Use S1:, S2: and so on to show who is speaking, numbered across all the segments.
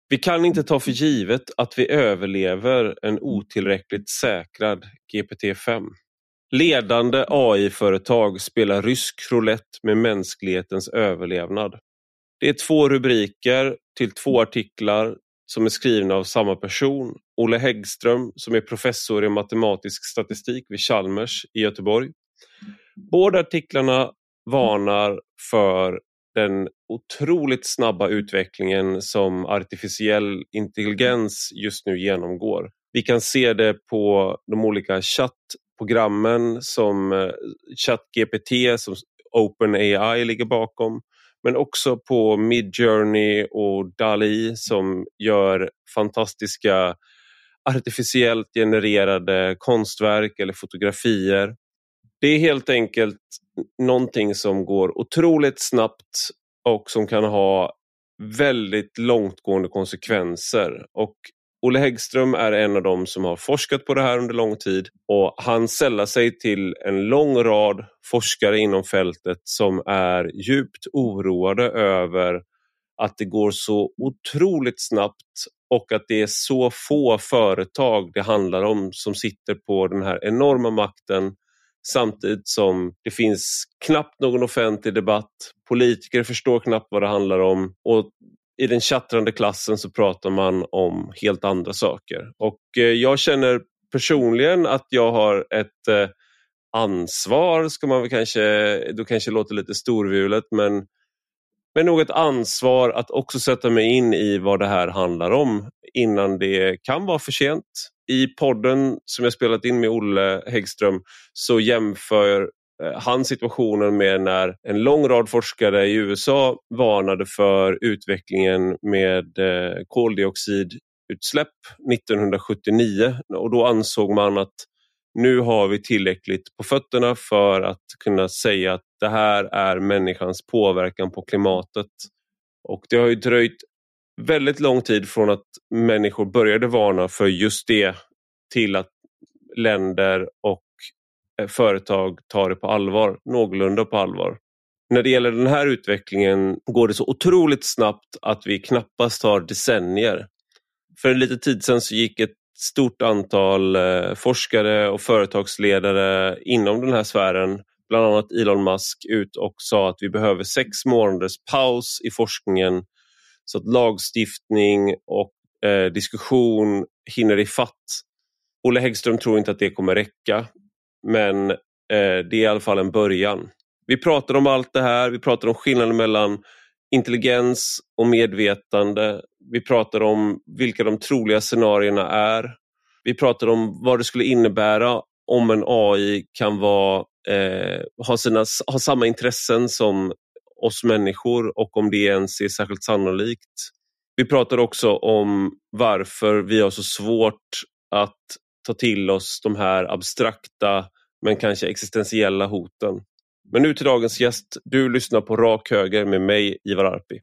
S1: Vi kan inte ta för givet att vi överlever en otillräckligt säkrad GPT-5. Ledande AI-företag spelar rysk roulette med mänsklighetens överlevnad. Det är 2 rubriker till 2 artiklar som är skrivna av samma person, Olle Häggström, som är professor i matematisk statistik vid Chalmers i Göteborg. Båda artiklarna varnar för den otroligt snabba utvecklingen som artificiell intelligens just nu genomgår. Vi kan se det på de olika chattprogrammen som ChatGPT, som OpenAI ligger bakom, men också på Midjourney och DALL-E som gör fantastiska artificiellt genererade konstverk eller fotografier. Det är helt enkelt någonting som går otroligt snabbt och som kan ha väldigt långtgående konsekvenser. Och Olle Häggström är en av dem som har forskat på det här under lång tid, och han sällar sig till en lång rad forskare inom fältet som är djupt oroade över att det går så otroligt snabbt och att det är så få företag det handlar om som sitter på den här enorma makten, samtidigt som det finns knappt någon offentlig debatt. Politiker förstår knappt vad det handlar om, och i den chattrande klassen så pratar man om helt andra saker. Och jag känner personligen att jag har ett ansvar, ska man väl kanske låter lite storvulet, men nog ett ansvar att också sätta mig in i vad det här handlar om innan det kan vara för sent. I podden som jag spelat in med Olle Häggström så jämför han situationen med när en lång rad forskare i USA varnade för utvecklingen med koldioxidutsläpp 1979, och då ansåg man att nu har vi tillräckligt på fötterna för att kunna säga att det här är människans påverkan på klimatet. Och det har ju dröjt väldigt lång tid från att människor började varna för just det till att länder och företag tar det på allvar, någorlunda på allvar. När det gäller den här utvecklingen går det så otroligt snabbt att vi knappast har decennier. För en liten tid sedan så gick ett stort antal forskare och företagsledare inom den här sfären, bland annat Elon Musk, ut och sa att vi behöver 6 månaders paus i forskningen så att lagstiftning och diskussion hinner ifatt. Olle Häggström tror inte att det kommer räcka, men det är i alla fall en början. Vi pratar om allt det här, vi pratar om skillnaden mellan intelligens och medvetande. Vi pratar om vilka de troliga scenarierna är. Vi pratar om vad det skulle innebära om en AI kan ha samma intressen som oss människor, och om det ens är särskilt sannolikt. Vi pratar också om varför vi har så svårt att ta till oss de här abstrakta men kanske existentiella hoten. Men nu till dagens gäst. Du lyssnar på Rak Höger med mig, Ivar Arpi.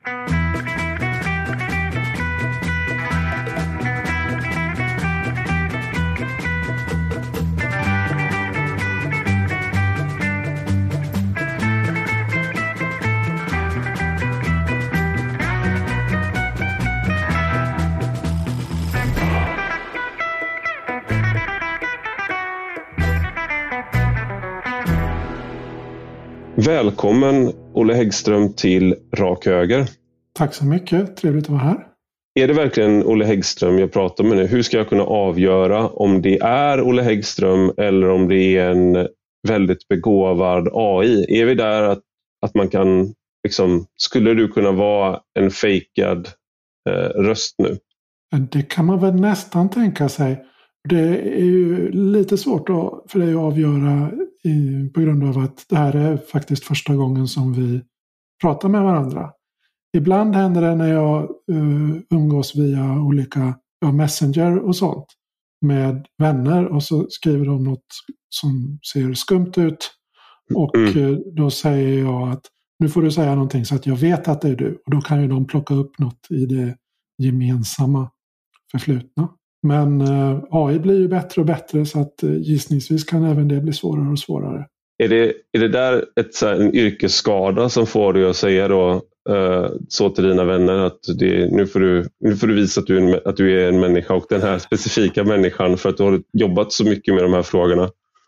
S1: Välkommen Olle Häggström till Rak Höger.
S2: Tack så mycket, trevligt att vara här.
S1: Är det verkligen Olle Häggström jag pratar med nu? Hur ska jag kunna avgöra om det är Olle Häggström eller om det är en väldigt begåvad AI? Är vi där att man kan, skulle du kunna vara en fejkad röst nu?
S2: Det kan man väl nästan tänka sig. Det är ju lite svårt för dig att avgöra på grund av att det här är faktiskt första gången som vi pratar med varandra. Ibland händer det när jag umgås via olika messenger och sånt med vänner, och så skriver de något som ser skumt ut, och då säger jag att nu får du säga någonting så att jag vet att det är du, och då kan ju de plocka upp något i det gemensamma förflutna. Men AI blir ju bättre och bättre, så att gissningsvis kan även det bli svårare och svårare.
S1: Är det där en yrkesskada som får dig att säga då så till dina vänner att nu får du visa att du är en människa och den här specifika människan för att du har jobbat så mycket med de här frågorna?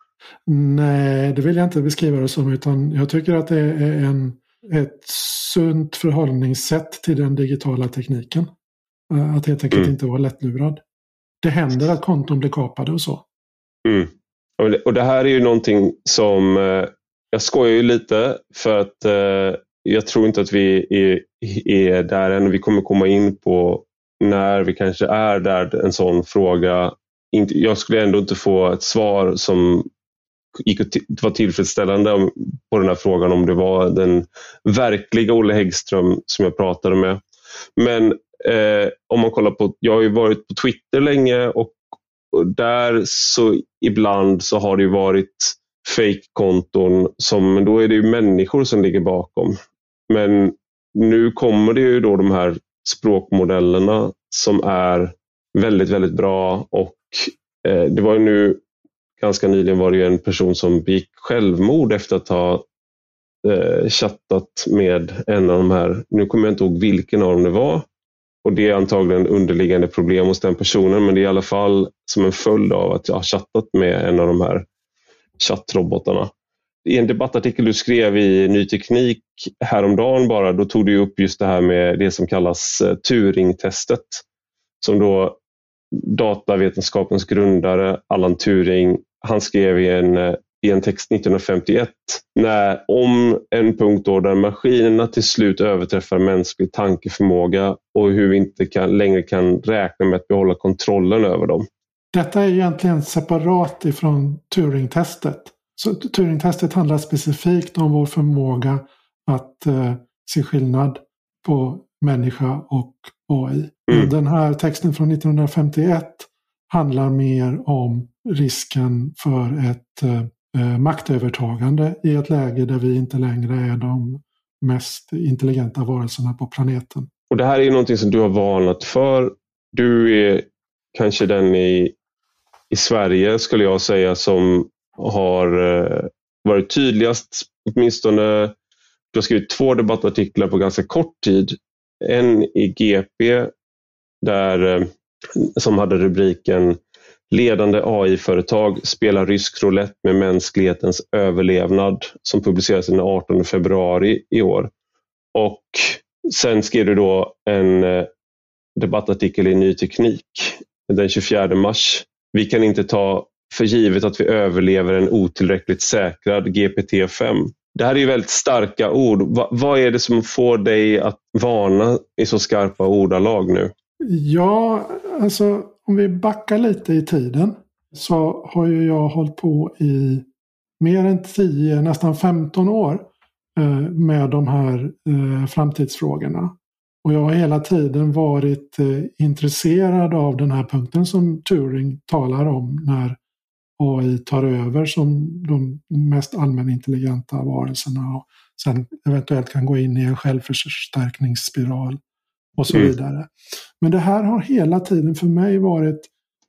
S2: Nej, det vill jag inte beskriva det som, utan jag tycker att det är ett sunt förhållningssätt till den digitala tekniken. Att helt enkelt inte vara lättlurad. Det händer att konton blir kapade och så.
S1: Mm. Och det här är ju någonting som jag skojar ju lite för att jag tror inte att vi är där än. Vi kommer komma in på när vi kanske är där en sån fråga. Jag skulle ändå inte få ett svar som var tillfredsställande på den här frågan om det var den verkliga Olle Häggström som jag pratade med. Men om man kollar på, jag har ju varit på Twitter länge och där så ibland så har det ju varit fake-konton men då är det ju människor som ligger bakom. Men nu kommer det ju då de här språkmodellerna som är väldigt, väldigt bra och det var ju nu ganska nyligen var det ju en person som begick självmord efter att ha chattat med en av de här, nu kommer jag inte ihåg vilken av dem det var. Och det är antagligen underliggande problem hos den personen, men det är i alla fall som en följd av att jag har chattat med en av de här chattrobotarna. I en debattartikel du skrev i Ny Teknik häromdagen bara, då tog du upp just det här med det som kallas Turing-testet. Som då datavetenskapens grundare Alan Turing, han skrev i en text 1951 om en punkt då där maskinerna till slut överträffar mänsklig tankeförmåga och hur vi inte längre kan räkna med att behålla kontrollen över dem.
S2: Detta är egentligen separat ifrån Turing-testet. Så Turing-testet handlar specifikt om vår förmåga att se skillnad på människa och AI. Den här texten från 1951 handlar mer om risken för ett maktövertagande i ett läge där vi inte längre är de mest intelligenta varelserna på planeten.
S1: Och det här är ju någonting som du har varnat för. Du är kanske den i Sverige, skulle jag säga, som har varit tydligast, åtminstone. Du har skrivit 2 debattartiklar på ganska kort tid. En i GP som hade rubriken "Ledande AI-företag spelar rysk roulette med mänsklighetens överlevnad", som publicerades den 18 februari i år. Och sen skrev du då en debattartikel i Ny Teknik den 24 mars. "Vi kan inte ta för givet att vi överlever en otillräckligt säkrad GPT-5. Det här är ju väldigt starka ord. Vad är det som får dig att varna i så skarpa ordalag nu?
S2: Ja, alltså om vi backar lite i tiden så har ju jag hållit på i mer än 10, nästan 15 år med de här framtidsfrågorna. Och jag har hela tiden varit intresserad av den här punkten som Turing talar om när AI tar över som de mest allmänintelligenta varelserna och sen eventuellt kan gå in i en självförstärkningsspiral och så vidare. Men det här har hela tiden för mig varit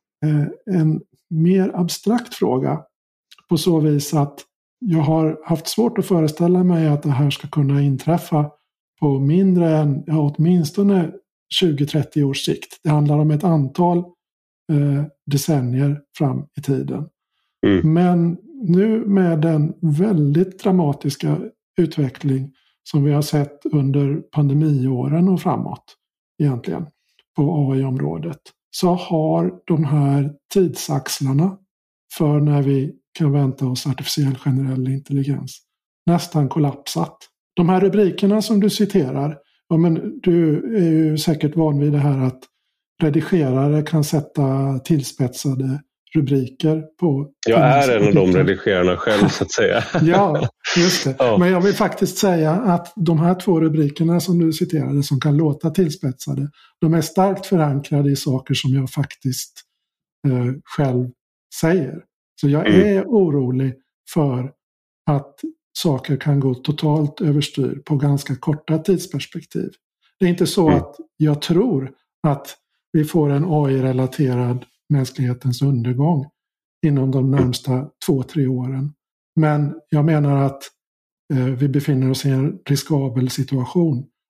S2: en mer abstrakt fråga på så vis att jag har haft svårt att föreställa mig att det här ska kunna inträffa på mindre än åtminstone 20-30 års sikt. Det handlar om ett antal decennier fram i tiden. Men nu med den väldigt dramatiska utveckling som vi har sett under pandemiåren och framåt egentligen på AI-området, så har de här tidsaxlarna för när vi kan vänta oss artificiell generell intelligens nästan kollapsat. De här rubrikerna som du citerar, ja, men du är ju säkert van vid det här att redigerare kan sätta tillspetsade rubriker på...
S1: Jag är en av de redigerarna själv, så att säga.
S2: Ja, just det. Ja. Men jag vill faktiskt säga att de här 2 rubrikerna som du citerade som kan låta tillspetsade, de är starkt förankrade i saker som jag faktiskt själv säger. Så jag är orolig för att saker kan gå totalt överstyr på ganska korta tidsperspektiv. Det är inte så att jag tror att vi får en AI-relaterad mänsklighetens undergång inom de närmsta 2-3 åren. Men jag menar att vi befinner oss i en riskabel situation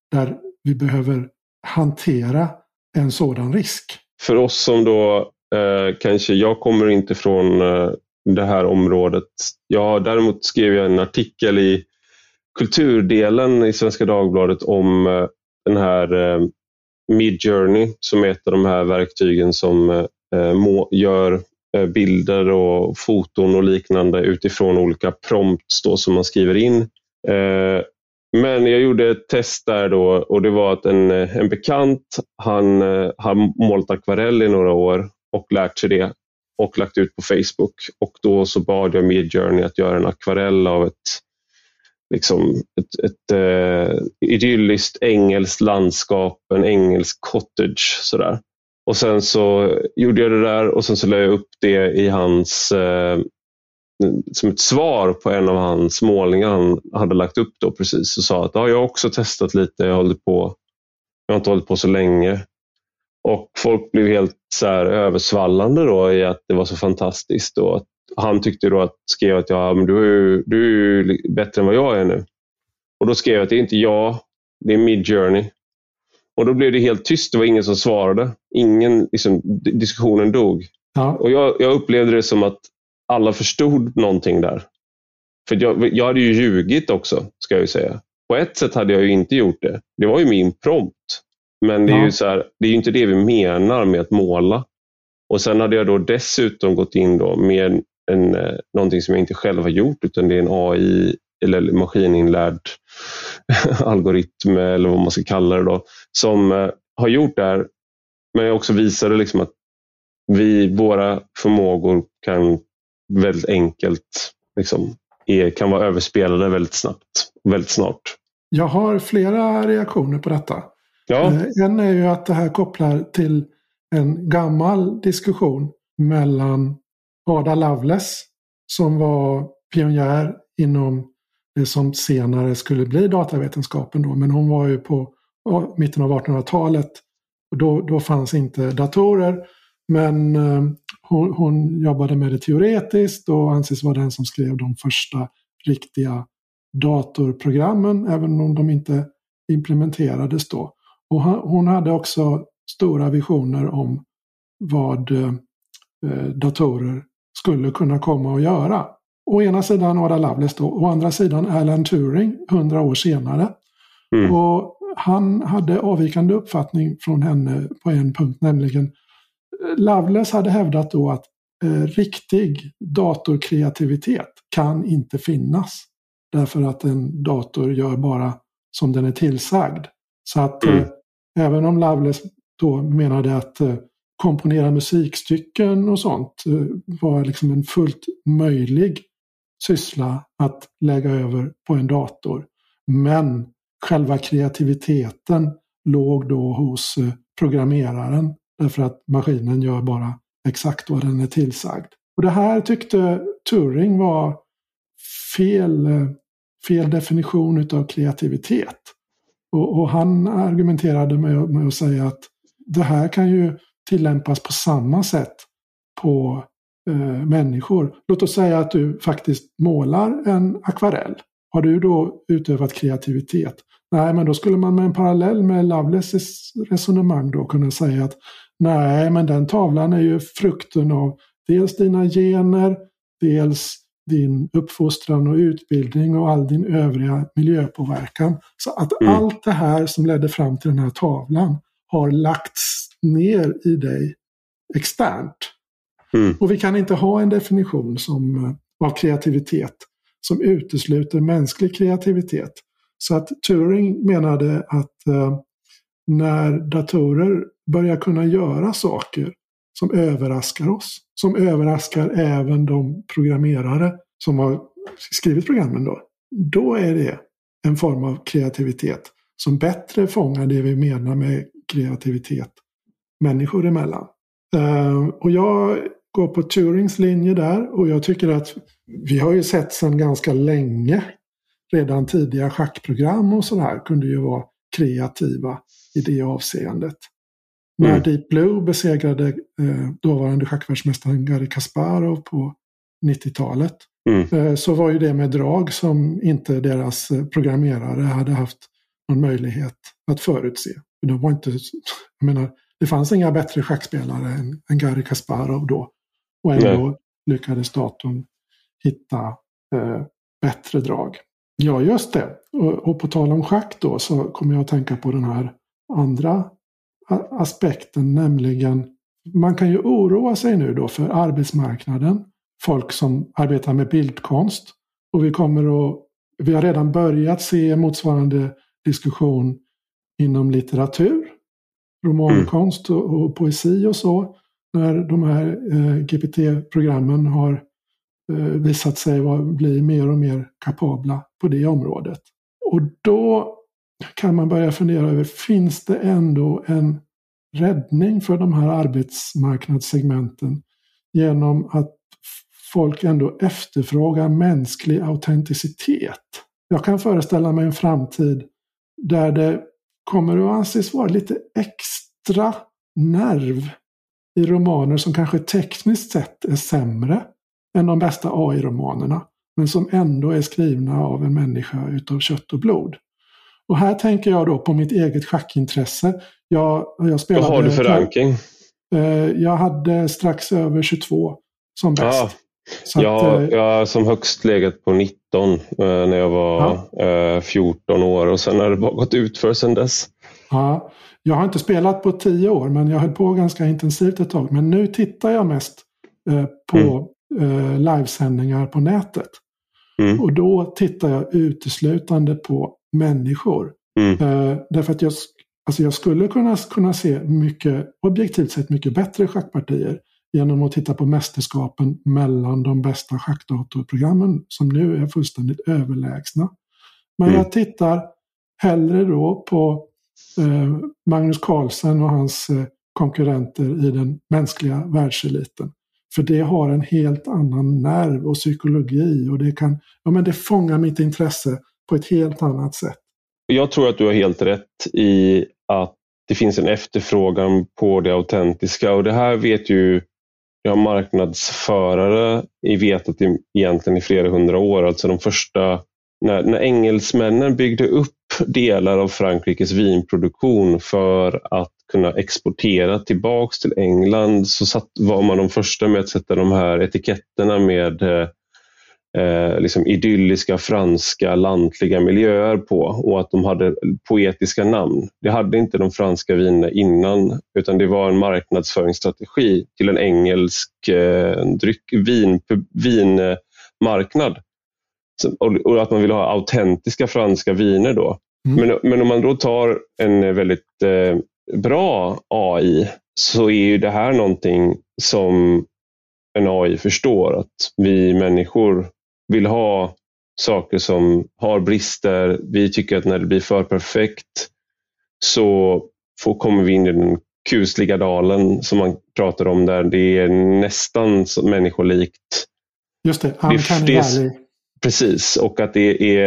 S2: där vi behöver hantera en sådan risk?
S1: För oss som då kanske, jag kommer inte från det här området. Däremot skrev jag en artikel i kulturdelen i Svenska Dagbladet om den här Midjourney, som är ett av de här verktygen som gör bilder och foton och liknande utifrån olika prompts då som man skriver in. Men jag gjorde ett test där då, och det var att en bekant, han har målat akvarell i några år och lärt sig det och lagt ut på Facebook. Och då så bad jag Midjourney att göra en akvarell av ett idylliskt engelskt landskap, en engelsk cottage sådär. Och sen så gjorde jag det där och sen så la jag upp det i hans som ett svar på en av hans målningar han hade lagt upp då precis, och sa att jag har också testat lite, jag har inte hållit på så länge. Och folk blev helt så här översvallande då i att det var så fantastiskt, och att han tyckte då skrev att men du är bättre än vad jag är nu. Och då skrev jag att det är inte jag, det är Midjourney. Och då blev det helt tyst, det var ingen som svarade. Diskussionen dog. Ja. Och jag upplevde det som att alla förstod någonting där. För jag hade ju ljugit också, ska jag ju säga. På ett sätt hade jag ju inte gjort det. Det var ju min prompt. Men det är ju så här, det är ju inte det vi menar med att måla. Och sen hade jag då dessutom gått in då med någonting som jag inte själv har gjort, utan det är en AI eller maskininlärd algoritm eller vad man ska kalla det då, som har gjort det här. Men jag också visade liksom att våra förmågor kan väldigt enkelt kan vara överspelade väldigt snart.
S2: Jag har flera reaktioner på detta.
S1: Ja.
S2: En är ju att det här kopplar till en gammal diskussion mellan Ada Lovelace, som var pionjär inom det som senare skulle bli datavetenskapen då, men hon var ju på mitten av 1800-talet, och då fanns inte datorer, men hon jobbade med det teoretiskt och anses vara den som skrev de första riktiga datorprogrammen, även om de inte implementerades då. Och hon hade också stora visioner om vad datorer skulle kunna komma att göra. Å ena sidan Ada Lovelace då, å andra sidan Alan Turing 100 år senare. Mm. Och han hade avvikande uppfattning från henne på en punkt, nämligen Lovelace hade hävdat då att riktig datorkreativitet kan inte finnas, därför att en dator gör bara som den är tillsagd. Så att även om Lovelace då menade att komponera musikstycken och sånt var liksom en fullt möjlig syssla att lägga över på en dator, men själva kreativiteten låg då hos programmeraren, därför att maskinen gör bara exakt vad den är tillsagd. Och det här tyckte Turing var fel definition utav kreativitet. Och han argumenterade med att säga att det här kan ju tillämpas på samma sätt på människor. Låt oss säga att du faktiskt målar en akvarell. Har du då utövat kreativitet? Nej, men då skulle man med en parallell med Lovelaces resonemang då kunna säga att nej, men den tavlan är ju frukten av dels dina gener, dels din uppfostran och utbildning och all din övriga miljöpåverkan. Så att allt det här som ledde fram till den här tavlan har lagts ner i dig externt. Och vi kan inte ha en definition av kreativitet som utesluter mänsklig kreativitet. Så att Turing menade att när datorer börjar kunna göra saker som överraskar oss, som överraskar även de programmerare som har skrivit programmen då är det en form av kreativitet som bättre fångar det vi menar med kreativitet människor emellan. Och jag går på Turings linje där, och jag tycker att vi har ju sett sedan ganska länge, redan tidiga schackprogram och sådär kunde ju vara kreativa i det avseendet. När Deep Blue besegrade dåvarande schackvärldsmästaren Garry Kasparov på 90-talet så var ju det med drag som inte deras programmerare hade haft någon möjlighet att förutse. De var inte, jag menar, det fanns inga bättre schackspelare än Garry Kasparov då. Och ändå lyckades datorn hitta bättre drag. Ja, just det. Och på tal om schack då så kommer jag att tänka på den här andra aspekten, nämligen man kan ju oroa sig nu då för arbetsmarknaden. Folk som arbetar med bildkonst. Och vi har redan börjat se motsvarande diskussion inom litteratur, romankonst och poesi och så. När de här GPT-programmen har visat sig bli mer och mer kapabla på det området. Och då kan man börja fundera över, finns det ändå en räddning för de här arbetsmarknadssegmenten genom att folk ändå efterfrågar mänsklig autenticitet? Jag kan föreställa mig en framtid där det kommer att anses vara lite extra nerv i romaner som kanske tekniskt sett är sämre än de bästa AI-romanerna, men som ändå är skrivna av en människa utav kött och blod. Och här tänker jag då på mitt eget schackintresse. Jag spelade,
S1: vad har du för ranking?
S2: Jag hade strax över 22 som bäst.
S1: Så jag har som högst legat på 19 när jag var 14 år, och sen har det bara gått ut för sen dess.
S2: Ja, jag har inte spelat på 10 år, men jag höll på ganska intensivt ett tag. Men nu tittar jag mest på livesändningar på nätet. Och då tittar jag uteslutande på människor. Därför att jag skulle kunna se objektivt sett mycket bättre schackpartier genom att titta på mästerskapen mellan de bästa schackdatorprogrammen som nu är fullständigt överlägsna. Men jag tittar hellre då på Magnus Carlsen och hans konkurrenter i den mänskliga världseliten. För det har en helt annan nerv och psykologi, och det fångar mitt intresse på ett helt annat sätt.
S1: Jag tror att du har helt rätt i att det finns en efterfrågan på det autentiska, och det här vet ju marknadsförare vetat egentligen i flera hundra år. Alltså de första, när engelsmännen byggde upp delar av Frankrikes vinproduktion för att kunna exportera tillbaks till England, så var man de första med att sätta de här etiketterna med liksom idylliska franska lantliga miljöer på, och att de hade poetiska namn. Det hade inte de franska vinerna innan, utan det var en marknadsföringsstrategi till en engelsk vinmarknad. Och att man vill ha autentiska franska viner då. Men om man då tar en väldigt bra AI, så är ju det här någonting som en AI förstår, att vi människor vill ha saker som har brister. Vi tycker att när det blir för perfekt så kommer vi in i den kusliga dalen som man pratar om, där det är nästan människolikt.
S2: Just det, uncanny valley.
S1: Precis, och att det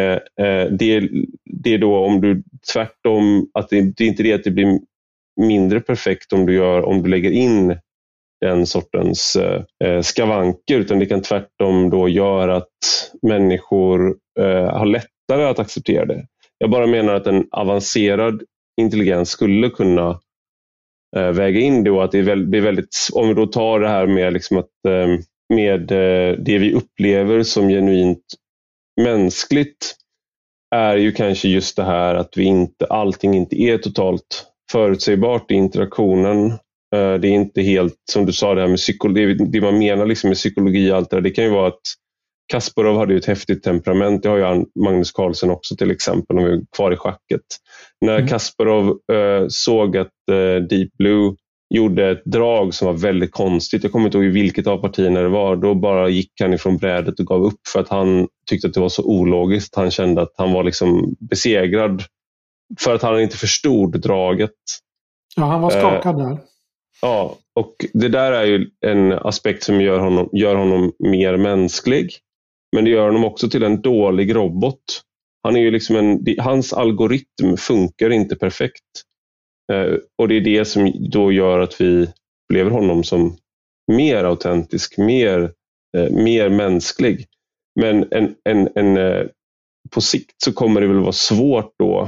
S1: är då om du tvärtom, att det är inte det att det blir mindre perfekt om du lägger in den sortens skavanker, utan det kan tvärtom då göra att människor har lättare att acceptera det. Jag bara menar att en avancerad intelligens skulle kunna väga in det, och att det är väldigt, om vi då tar det här med liksom att med det vi upplever som genuint mänskligt, är ju kanske just det här att allting inte är totalt förutsägbart i interaktionen. Det är inte helt, som du sa, det här med psykologi, det man menar liksom med psykologi och allt det där. Det kan ju vara att Kasparov hade ju ett häftigt temperament. Det har ju Magnus Carlsen också, till exempel, om vi är kvar i schacket. När Kasparov såg att Deep Blue gjorde ett drag som var väldigt konstigt, jag kommer inte ihåg vilket av partierna det var, då bara gick han ifrån brädet och gav upp, för att han tyckte att det var så ologiskt. Han kände att han var liksom besegrad för att han inte förstod draget.
S2: Ja, han var skakad där.
S1: Ja, och det där är ju en aspekt som gör honom mer mänsklig. Men det gör honom också till en dålig robot. Han är ju liksom hans algoritm funkar inte perfekt. Och det är det som då gör att vi upplever honom som mer autentisk, mer mänsklig. Men på sikt så kommer det väl vara svårt då,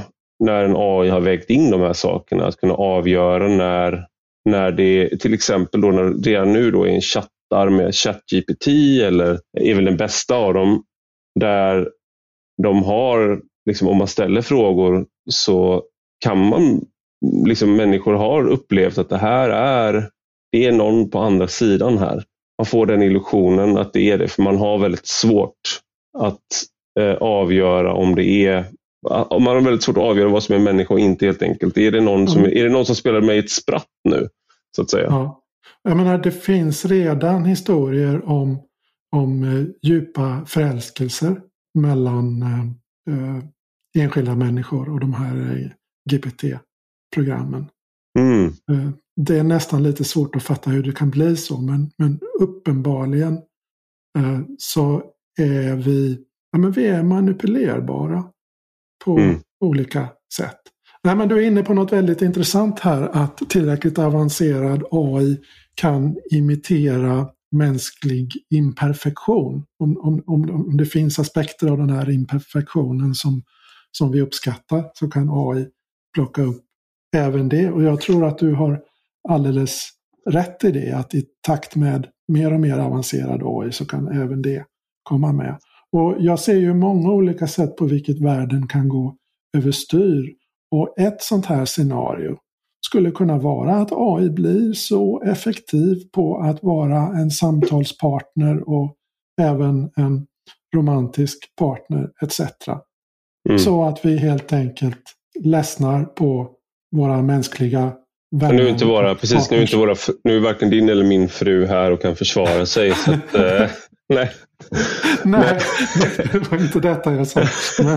S1: när en AI har vägt in de här sakerna, att kunna avgöra när det till exempel då när redan nu då är en chattar med ChatGPT eller är väl den bästa av dem, där de har liksom, om man ställer frågor så kan man liksom, människor har upplevt att det är någon på andra sidan här. Man får den illusionen att det är det, för man har väldigt svårt att avgöra om det är, man har väldigt svårt att avgöra vad som är människa och inte, helt enkelt. Är det någon som spelar med i ett spratt nu, så att säga?
S2: Ja. Jag menar, det finns redan historier om djupa förälskelser mellan enskilda människor och de här GPT-programmen. Det är nästan lite svårt att fatta hur det kan bli så, men uppenbarligen så är vi är manipulerbara på olika sätt. Nej, men du är inne på något väldigt intressant här, att tillräckligt avancerad AI kan imitera mänsklig imperfektion. Om det finns aspekter av den här imperfektionen som vi uppskattar, så kan AI plocka upp även det. Och jag tror att du har alldeles rätt i det, att i takt med mer och mer avancerad AI så kan även det komma med. Och jag ser ju många olika sätt på vilket världen kan gå överstyr. Och ett sånt här scenario skulle kunna vara att AI blir så effektiv på att vara en samtalspartner och även en romantisk partner etc. Så att vi helt enkelt ledsnar på våra mänskliga vänner.
S1: Nu är varken din eller min fru här och kan försvara sig. Så att, nej.
S2: Nej, det var inte detta jag sa.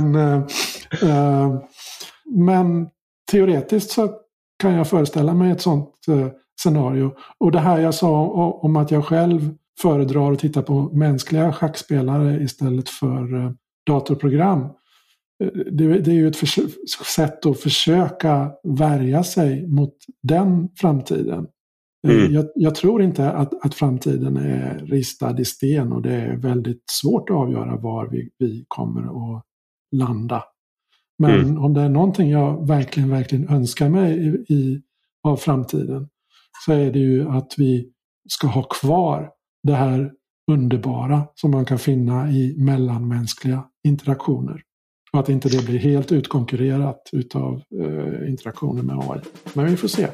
S2: Men teoretiskt så kan jag föreställa mig ett sånt scenario. Och det här jag sa om att jag själv föredrar att titta på mänskliga schackspelare istället för datorprogram. Det är ju ett sätt att försöka värja sig mot den framtiden. Jag tror inte att framtiden är ristad i sten, och det är väldigt svårt att avgöra var vi kommer att landa. Men om det är någonting jag verkligen önskar mig av framtiden, så är det ju att vi ska ha kvar det här underbara som man kan finna i mellanmänskliga interaktioner. Och att inte det blir helt utkonkurrerat utav interaktioner med AI. Men vi får se.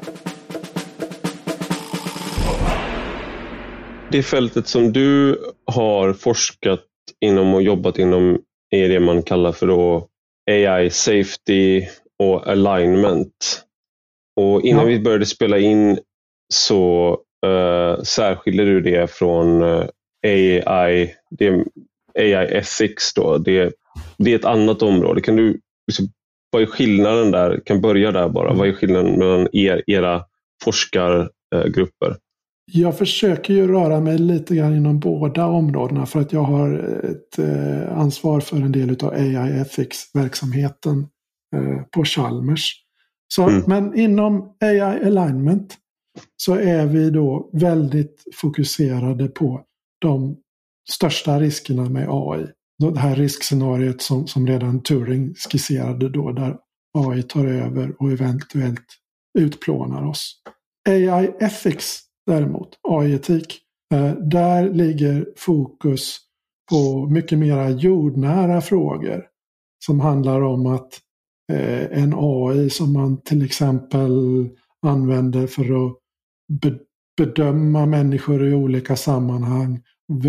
S1: Det fältet som du har forskat inom och jobbat inom är det man kallar för då AI safety och alignment. Och innan vi började spela in så särskiljer du det från AI ethics då. Det är ett annat område. Kan du, vad är skillnaden där? Kan börja där bara. Vad är skillnaden mellan era forskargrupper?
S2: Jag försöker ju röra mig lite grann inom båda områdena, för att jag har ett ansvar för en del av AI ethics-verksamheten på Chalmers. Men inom AI alignment så är vi då väldigt fokuserade på de största riskerna med AI. Det här riskscenariot som redan Turing skisserade då, där AI tar över och eventuellt utplånar oss. AI ethics däremot, AI-etik, där ligger fokus på mycket mera jordnära frågor som handlar om att en AI som man till exempel använder för att bedöma människor i olika sammanhang.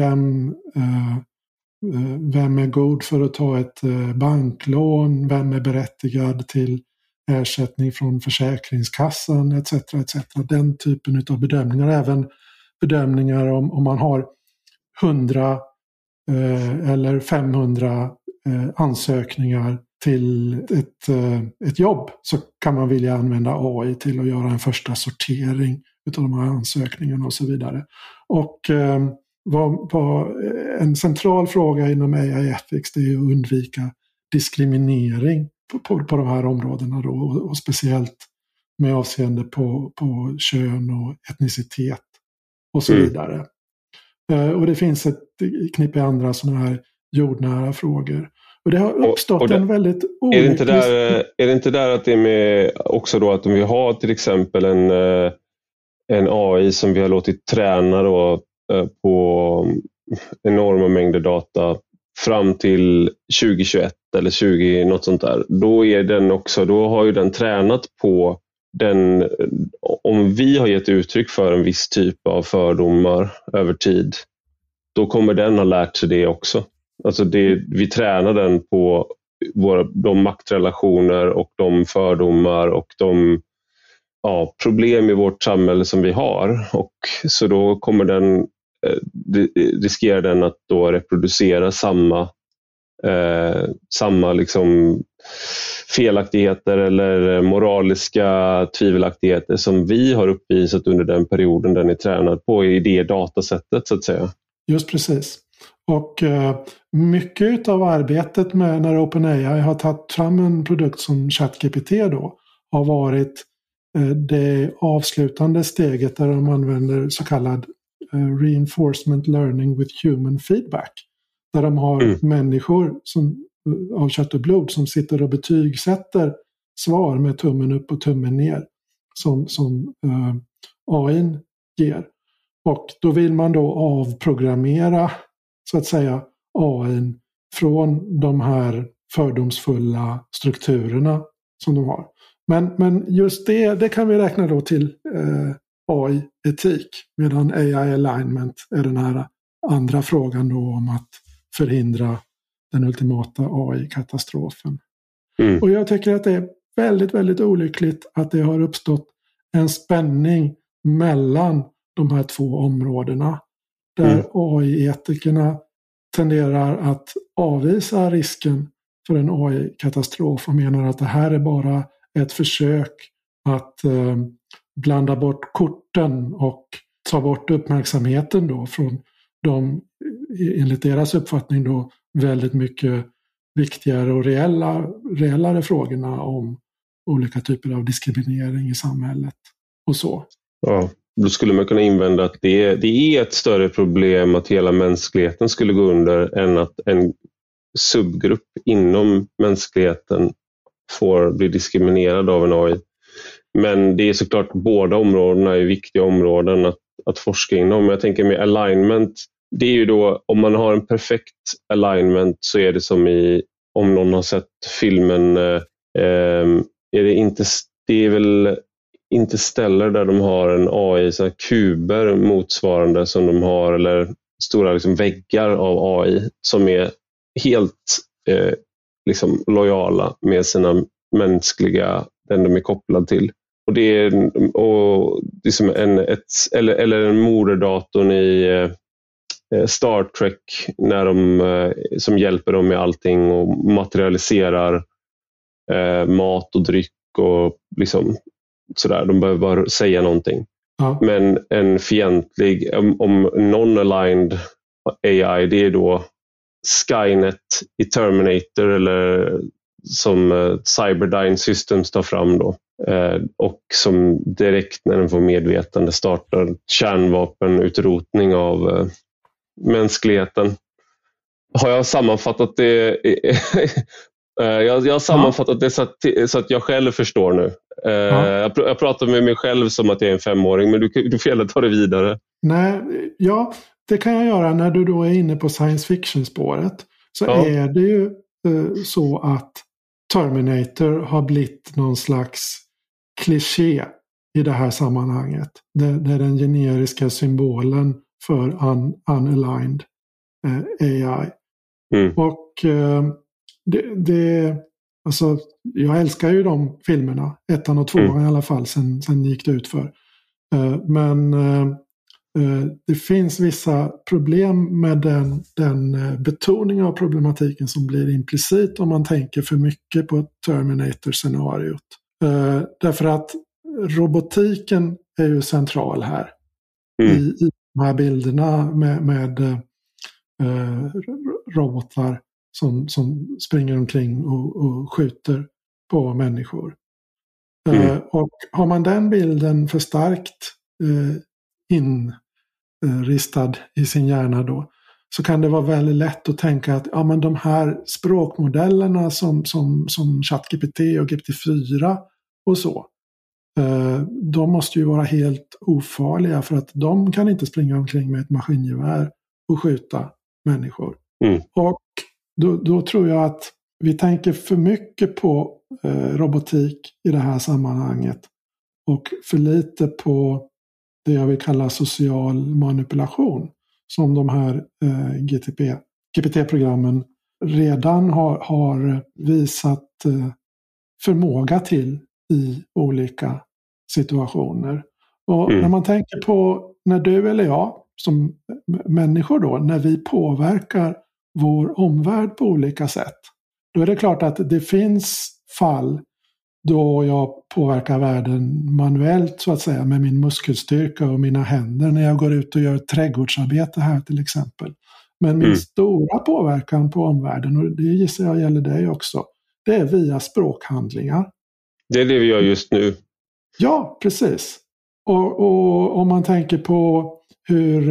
S2: Vem är god för att ta ett banklån? Vem är berättigad till ersättning från Försäkringskassan etc. etc. Den typen av bedömningar. Även bedömningar om man har 100 eller 500 ansökningar till ett jobb, så kan man vilja använda AI till att göra en första sortering utav de här ansökningarna och så vidare. Och en central fråga inom AI ethics, det är att undvika diskriminering på de här områdena då, och speciellt med avseende på kön och etnicitet och så vidare. Och det finns ett knippe andra sådana här jordnära frågor. Och det har uppstått en väldigt
S1: olycklig... Är det inte där att det är med också då att om vi har till exempel en AI som vi har låtit träna då, på enorma mängder data fram till 2021 eller 20 något sånt där. Då har ju den tränat på den, om vi har gett uttryck för en viss typ av fördomar över tid, då kommer den ha lärt sig det också. Alltså vi tränar den på de maktrelationer och de fördomar och de problem i vårt samhälle som vi har. Och så då kommer riskerar den att då reproducera samma liksom felaktigheter eller moraliska tvivelaktigheter som vi har uppvisat under den perioden den är tränad på i det datasättet, så att säga.
S2: Just precis. Och mycket av arbetet med när OpenAI har tagit fram en produkt som ChatGPT då har varit det avslutande steget där de använder så kallad reinforcement learning with human feedback. Där de har människor av kött och blod som sitter och betygsätter svar med tummen upp och tummen ner som AI ger. Och då vill man då avprogrammera så att säga AI från de här fördomsfulla strukturerna som de har. Men just det kan vi räkna då till AI-etik, medan AI-alignment är den här andra frågan då om att förhindra den ultimata AI-katastrofen. Och jag tycker att det är väldigt, väldigt olyckligt att det har uppstått en spänning mellan de här två områdena. Där AI-etikerna tenderar att avvisa risken för en AI-katastrof och menar att det här är bara ett försök att blanda bort korten och ta bort uppmärksamheten då från de, enligt deras uppfattning då, väldigt mycket viktigare och reellare frågorna om olika typer av diskriminering i samhället och så.
S1: Ja, då skulle man kunna invända att det är ett större problem att hela mänskligheten skulle gå under än att en subgrupp inom mänskligheten får bli diskriminerad av en AI. Men det är såklart, båda områdena är viktiga områden att forska inom. Jag tänker med alignment, det är ju då, om man har en perfekt alignment så är det som om någon har sett filmen, det är väl Interstellar där de har en AI, så här kuber motsvarande som de har, eller stora liksom väggar av AI som är helt liksom lojala med sina mänskliga, den de är kopplad till. Och det är som en moderdatorn i Star Trek som hjälper dem med allting och materialiserar mat och dryck och liksom sådär. De behöver bara säga någonting. Ja. Men en fientlig, om non-aligned AI, det är då Skynet i Terminator eller som Cyberdyne Systems tar fram då. Och som direkt när den får medvetande startar kärnvapenutrotning av mänskligheten. Har jag sammanfattat det? Jag har sammanfattat det så att jag själv förstår nu. Jag pratar med mig själv som att jag är en 5-åring, men du får gärna ta det vidare.
S2: Nej, ja, det kan jag göra när du då är inne på science fiction-spåret. Så är det ju så att Terminator har blivit någon slags kliché i det här sammanhanget. Det är den generiska symbolen för unaligned AI. Och alltså, jag älskar ju de filmerna, 1 och 2 i alla fall, sen gick det ut för. Men det finns vissa problem med den betoning av problematiken som blir implicit om man tänker för mycket på Terminator-scenariot. Därför att robotiken är ju central här. I de här bilderna med robotar som springer omkring och skjuter på människor. Och har man den bilden för starkt inristad i sin hjärna då, så kan det vara väldigt lätt att tänka att ja, men de här språkmodellerna som ChatGPT och GPT-4 och så, de måste ju vara helt ofarliga för att de kan inte springa omkring med ett maskingevär och skjuta människor. Och då tror jag att vi tänker för mycket på robotik i det här sammanhanget och för lite på det jag vill kalla social manipulation som de här GPT-programmen redan har visat förmåga till i olika situationer. Och när man tänker på när du eller jag som människor då, när vi påverkar vår omvärld på olika sätt, då är det klart att det finns fall då jag påverkar världen manuellt så att säga med min muskelstyrka och mina händer när jag går ut och gör trädgårdsarbete här till exempel. Men min stora påverkan på omvärlden, och det gissar jag gäller dig också, det är via språkhandlingar.
S1: Det är det vi gör just nu.
S2: Ja, precis. Och om man tänker på hur,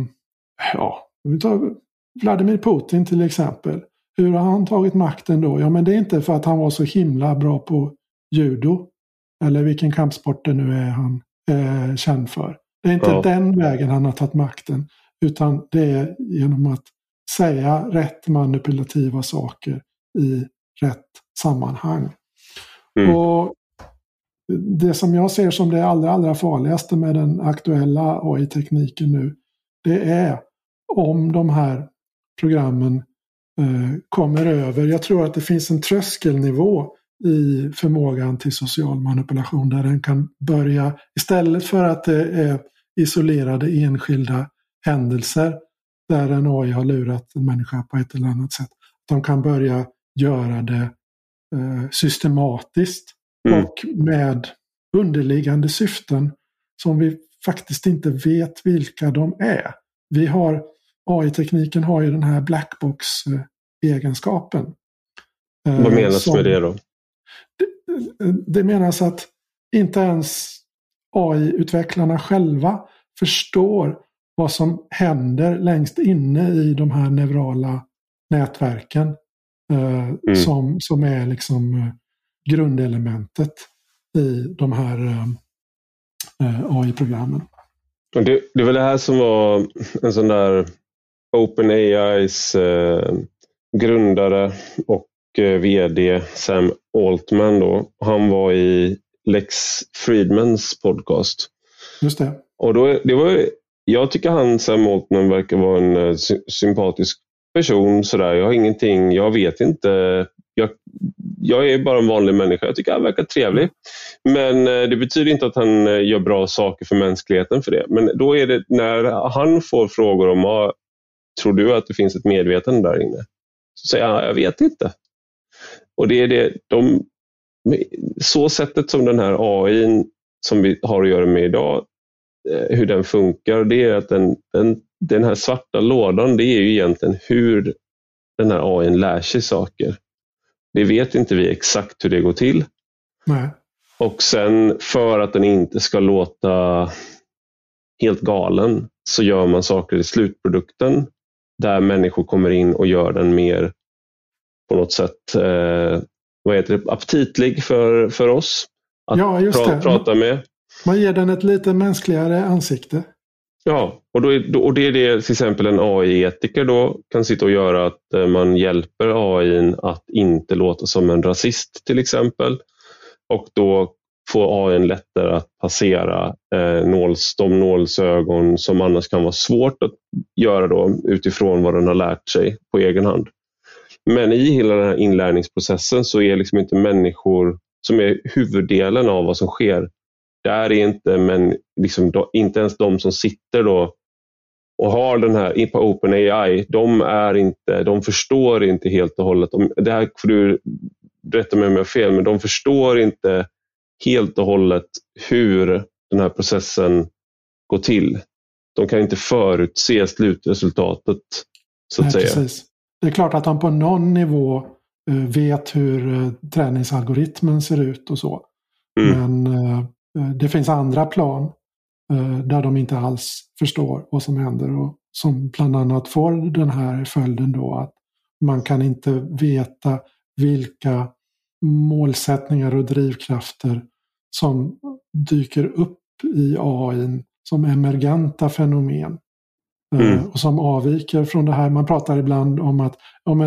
S2: vi tar Vladimir Putin till exempel. Hur har han tagit makten då? Ja, men det är inte för att han var så himla bra på judo. Eller vilken kampsport det nu är han känd för. Det är inte den vägen han har tagit makten. Utan det är genom att säga rätt manipulativa saker i rätt sammanhang. Och det som jag ser som det allra farligaste med den aktuella AI-tekniken nu, det är om de här programmen kommer över. Jag tror att det finns en tröskelnivå i förmågan till social manipulation där den kan börja, istället för att det är isolerade enskilda händelser där en AI har lurat en människa på ett eller annat sätt. De kan börja göra det systematiskt och med underliggande syften som vi faktiskt inte vet vilka de är. AI-tekniken har ju den här blackbox-egenskapen.
S1: Vad menas med det då?
S2: Det menas att inte ens AI-utvecklarna själva förstår vad som händer längst inne i de här neurala nätverken som är liksom grundelementet i de här AI-programmen.
S1: Och det är väl det här som var en sån där OpenAIs grundare och vd Sam Altman då. Han var i Lex Fridmans podcast.
S2: Just det.
S1: Och jag tycker Sam Altman verkar vara en sympatisk person sådär. Jag vet inte. Jag är bara en vanlig människa. Jag tycker han verkar trevlig. Men det betyder inte att han gör bra saker för mänskligheten för det. Men då är det när han får frågor om tror du att det finns ett medvetande där inne? Så säger han, jag vet inte. Och det är det, så sättet som den här AI som vi har att göra med idag, hur den funkar, det är att den här svarta lådan, det är ju egentligen hur den här AI lär sig saker. Det vet inte vi exakt hur det går till.
S2: Nej.
S1: Och sen för att den inte ska låta helt galen så gör man saker i slutprodukten där människor kommer in och gör den mer på något sätt aptitlig för oss att prata med.
S2: Man ger den ett lite mänskligare ansikte.
S1: Ja, och det är det till exempel en AI-etiker då kan sitta och göra, att man hjälper AI:n att inte låta som en rasist till exempel. Och då får AI:n lättare att passera de nålsögon som annars kan vara svårt att göra då utifrån vad den har lärt sig på egen hand. Men i hela den här inlärningsprocessen så är liksom inte människor som är huvuddelen av vad som sker. Där är inte ens de som sitter då och har den här på OpenAI, de förstår inte helt och hållet. Det här får du berätta mig om jag har fel, men de förstår inte helt och hållet hur den här processen går till. De kan inte förutse slutresultatet, så att säga.
S2: Precis. Det är klart att de på någon nivå vet hur träningsalgoritmen ser ut och så. Men det finns andra plan där de inte alls förstår vad som händer. Och som bland annat får den här följden då att man kan inte veta vilka målsättningar och drivkrafter som dyker upp i AI som emergenta fenomen och som avviker från det här. Man pratar ibland om att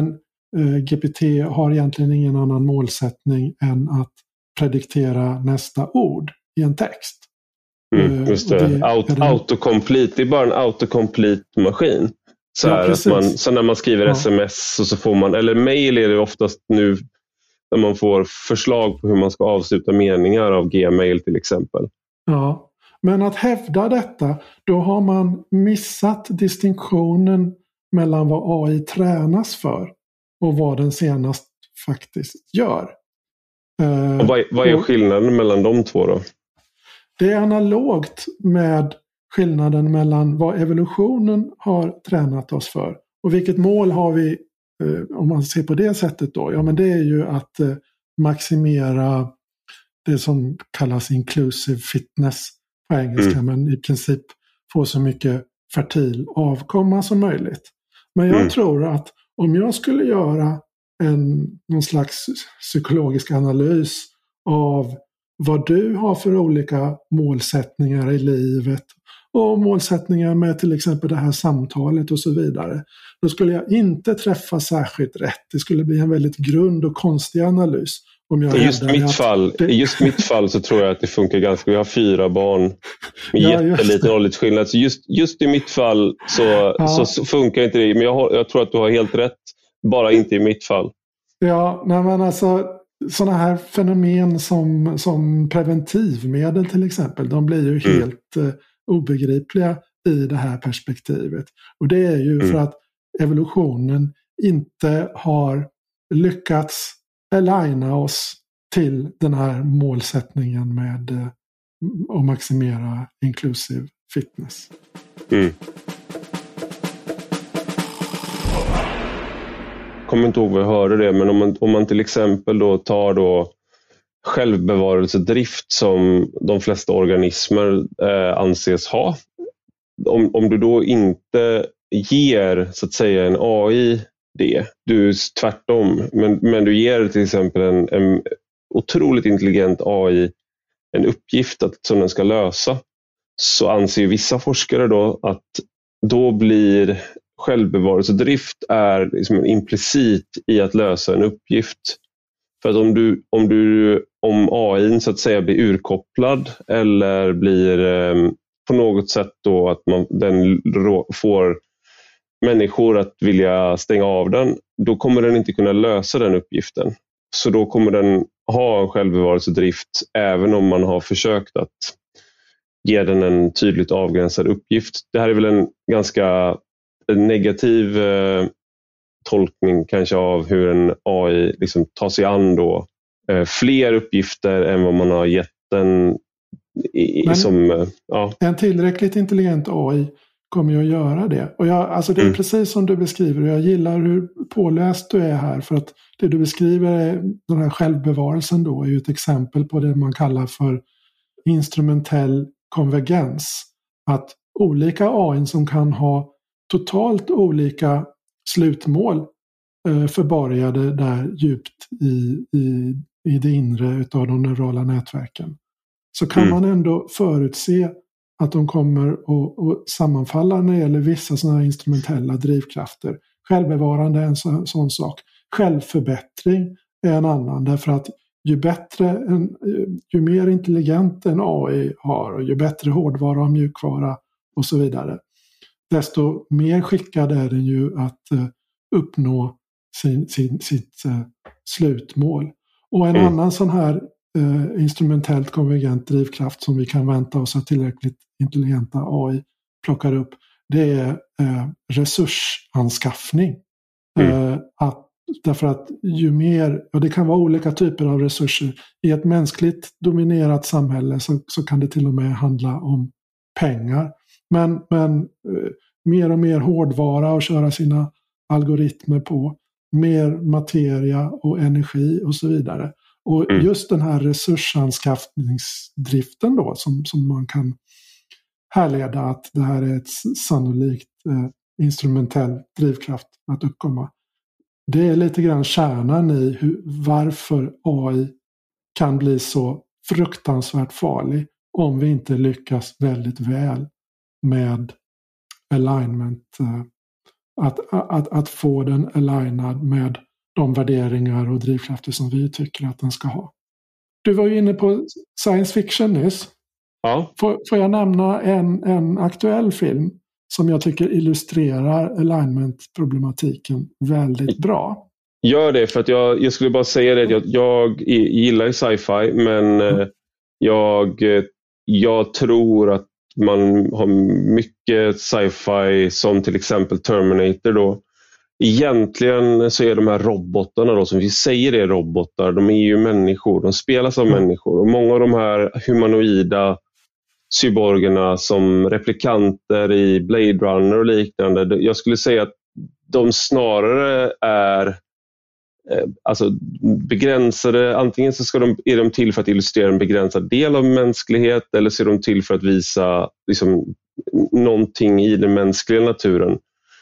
S2: GPT har egentligen ingen annan målsättning än att prediktera nästa ord i en text.
S1: Just det. Autocomplete, det är bara en autocomplete-maskin. Så när man skriver sms och så får man, eller mail är det oftast nu när man får förslag på hur man ska avsluta meningar av Gmail till exempel.
S2: Ja, men att hävda detta, då har man missat distinktionen mellan vad AI tränas för och vad den senast faktiskt gör.
S1: Och vad är skillnaden mellan de två då?
S2: Det är analogt med skillnaden mellan vad evolutionen har tränat oss för. Och vilket mål har vi, om man ser på det sättet då? Ja, men det är ju att maximera det som kallas inclusive fitness på engelska. Men i princip få så mycket fertil avkomma som möjligt. Men jag tror att om jag skulle göra någon slags psykologisk analys av vad du har för olika målsättningar i livet och målsättningar med till exempel det här samtalet och så vidare. Då skulle jag inte träffa särskilt rätt. Det skulle bli en väldigt grund och konstig analys. Om jag
S1: I just mitt fall så tror jag att det funkar ganska. Vi har 4 barn med jätteliten åldersskillnad. Så just i mitt fall så funkar inte det. Men jag tror att du har helt rätt. Bara inte i mitt fall.
S2: Ja, nej men alltså sådana här fenomen som preventivmedel till exempel, de blir ju helt obegripliga i det här perspektivet. Och det är ju för att evolutionen inte har lyckats aligna oss till den här målsättningen med att maximera inclusive fitness.
S1: Kommer inte ihåg vad jag hörde det, men om man till exempel då tar då självbevarelsedrift som de flesta organismer anses ha. Om du då inte ger så att säga en AI det, du tvärtom, men du ger till exempel en otroligt intelligent AI en uppgift som den ska lösa, så anser vissa forskare då att då blir självbevarelsedrift är liksom implicit i att lösa en uppgift. För att om AI så att säga blir urkopplad eller blir på något sätt då att den får människor att vilja stänga av den, då kommer den inte kunna lösa den uppgiften. Så då kommer den ha en självbevarelsedrift även om man har försökt att ge den en tydligt avgränsad uppgift. Det här är väl en ganska negativ tolkning kanske av hur en AI liksom tar sig an då fler uppgifter än vad man har gett den
S2: En tillräckligt intelligent AI kommer ju att göra det. Och det är precis som du beskriver, och jag gillar hur påläst du är här, för att det du beskriver, den här självbevarelsen då, är ju ett exempel på det man kallar för instrumentell konvergens. Att olika AI som kan ha totalt olika slutmål förborgade där djupt i det inre utav de neurala nätverken, så kan man ändå förutse att de kommer att sammanfalla när det gäller vissa sådana här instrumentella drivkrafter. Självbevarande är en sån sak. Självförbättring är en annan, därför att ju mer intelligent en AI har och ju bättre hårdvara och mjukvara och så vidare, desto mer skickad är den ju att uppnå sitt slutmål. Och en annan sån här instrumentellt konvergent drivkraft som vi kan vänta oss att tillräckligt intelligenta AI plockar upp, det är resursanskaffning. Därför att ju mer, och det kan vara olika typer av resurser, i ett mänskligt dominerat samhälle så kan det till och med handla om pengar. Men mer och mer hårdvara att köra sina algoritmer på, mer materia och energi och så vidare. Och just den här resursanskaffningsdriften då, som man kan härleda att det här är ett sannolikt instrumentell drivkraft att uppkomma. Det är lite grann kärnan i varför AI kan bli så fruktansvärt farlig om vi inte lyckas väldigt väl med alignment. Att få den alignad med de värderingar och drivkrafter som vi tycker att den ska ha. Du var ju inne på science fiction nyss.
S1: Ja.
S2: Får jag nämna en aktuell film som jag tycker illustrerar alignment-problematiken väldigt bra?
S1: Gör det, för att jag skulle bara säga det att jag gillar ju sci-fi, men jag tror att man har mycket sci-fi som till exempel Terminator då. Egentligen så är de här robotarna då, som vi säger är robotar, de är ju människor, de spelas av människor, och många av de här humanoida cyborgerna som replikanter i Blade Runner och liknande, jag skulle säga att de snarare är alltså begränsade. Antingen så är de till för att illustrera en begränsad del av mänsklighet, eller så är de till för att visa liksom någonting i den mänskliga naturen,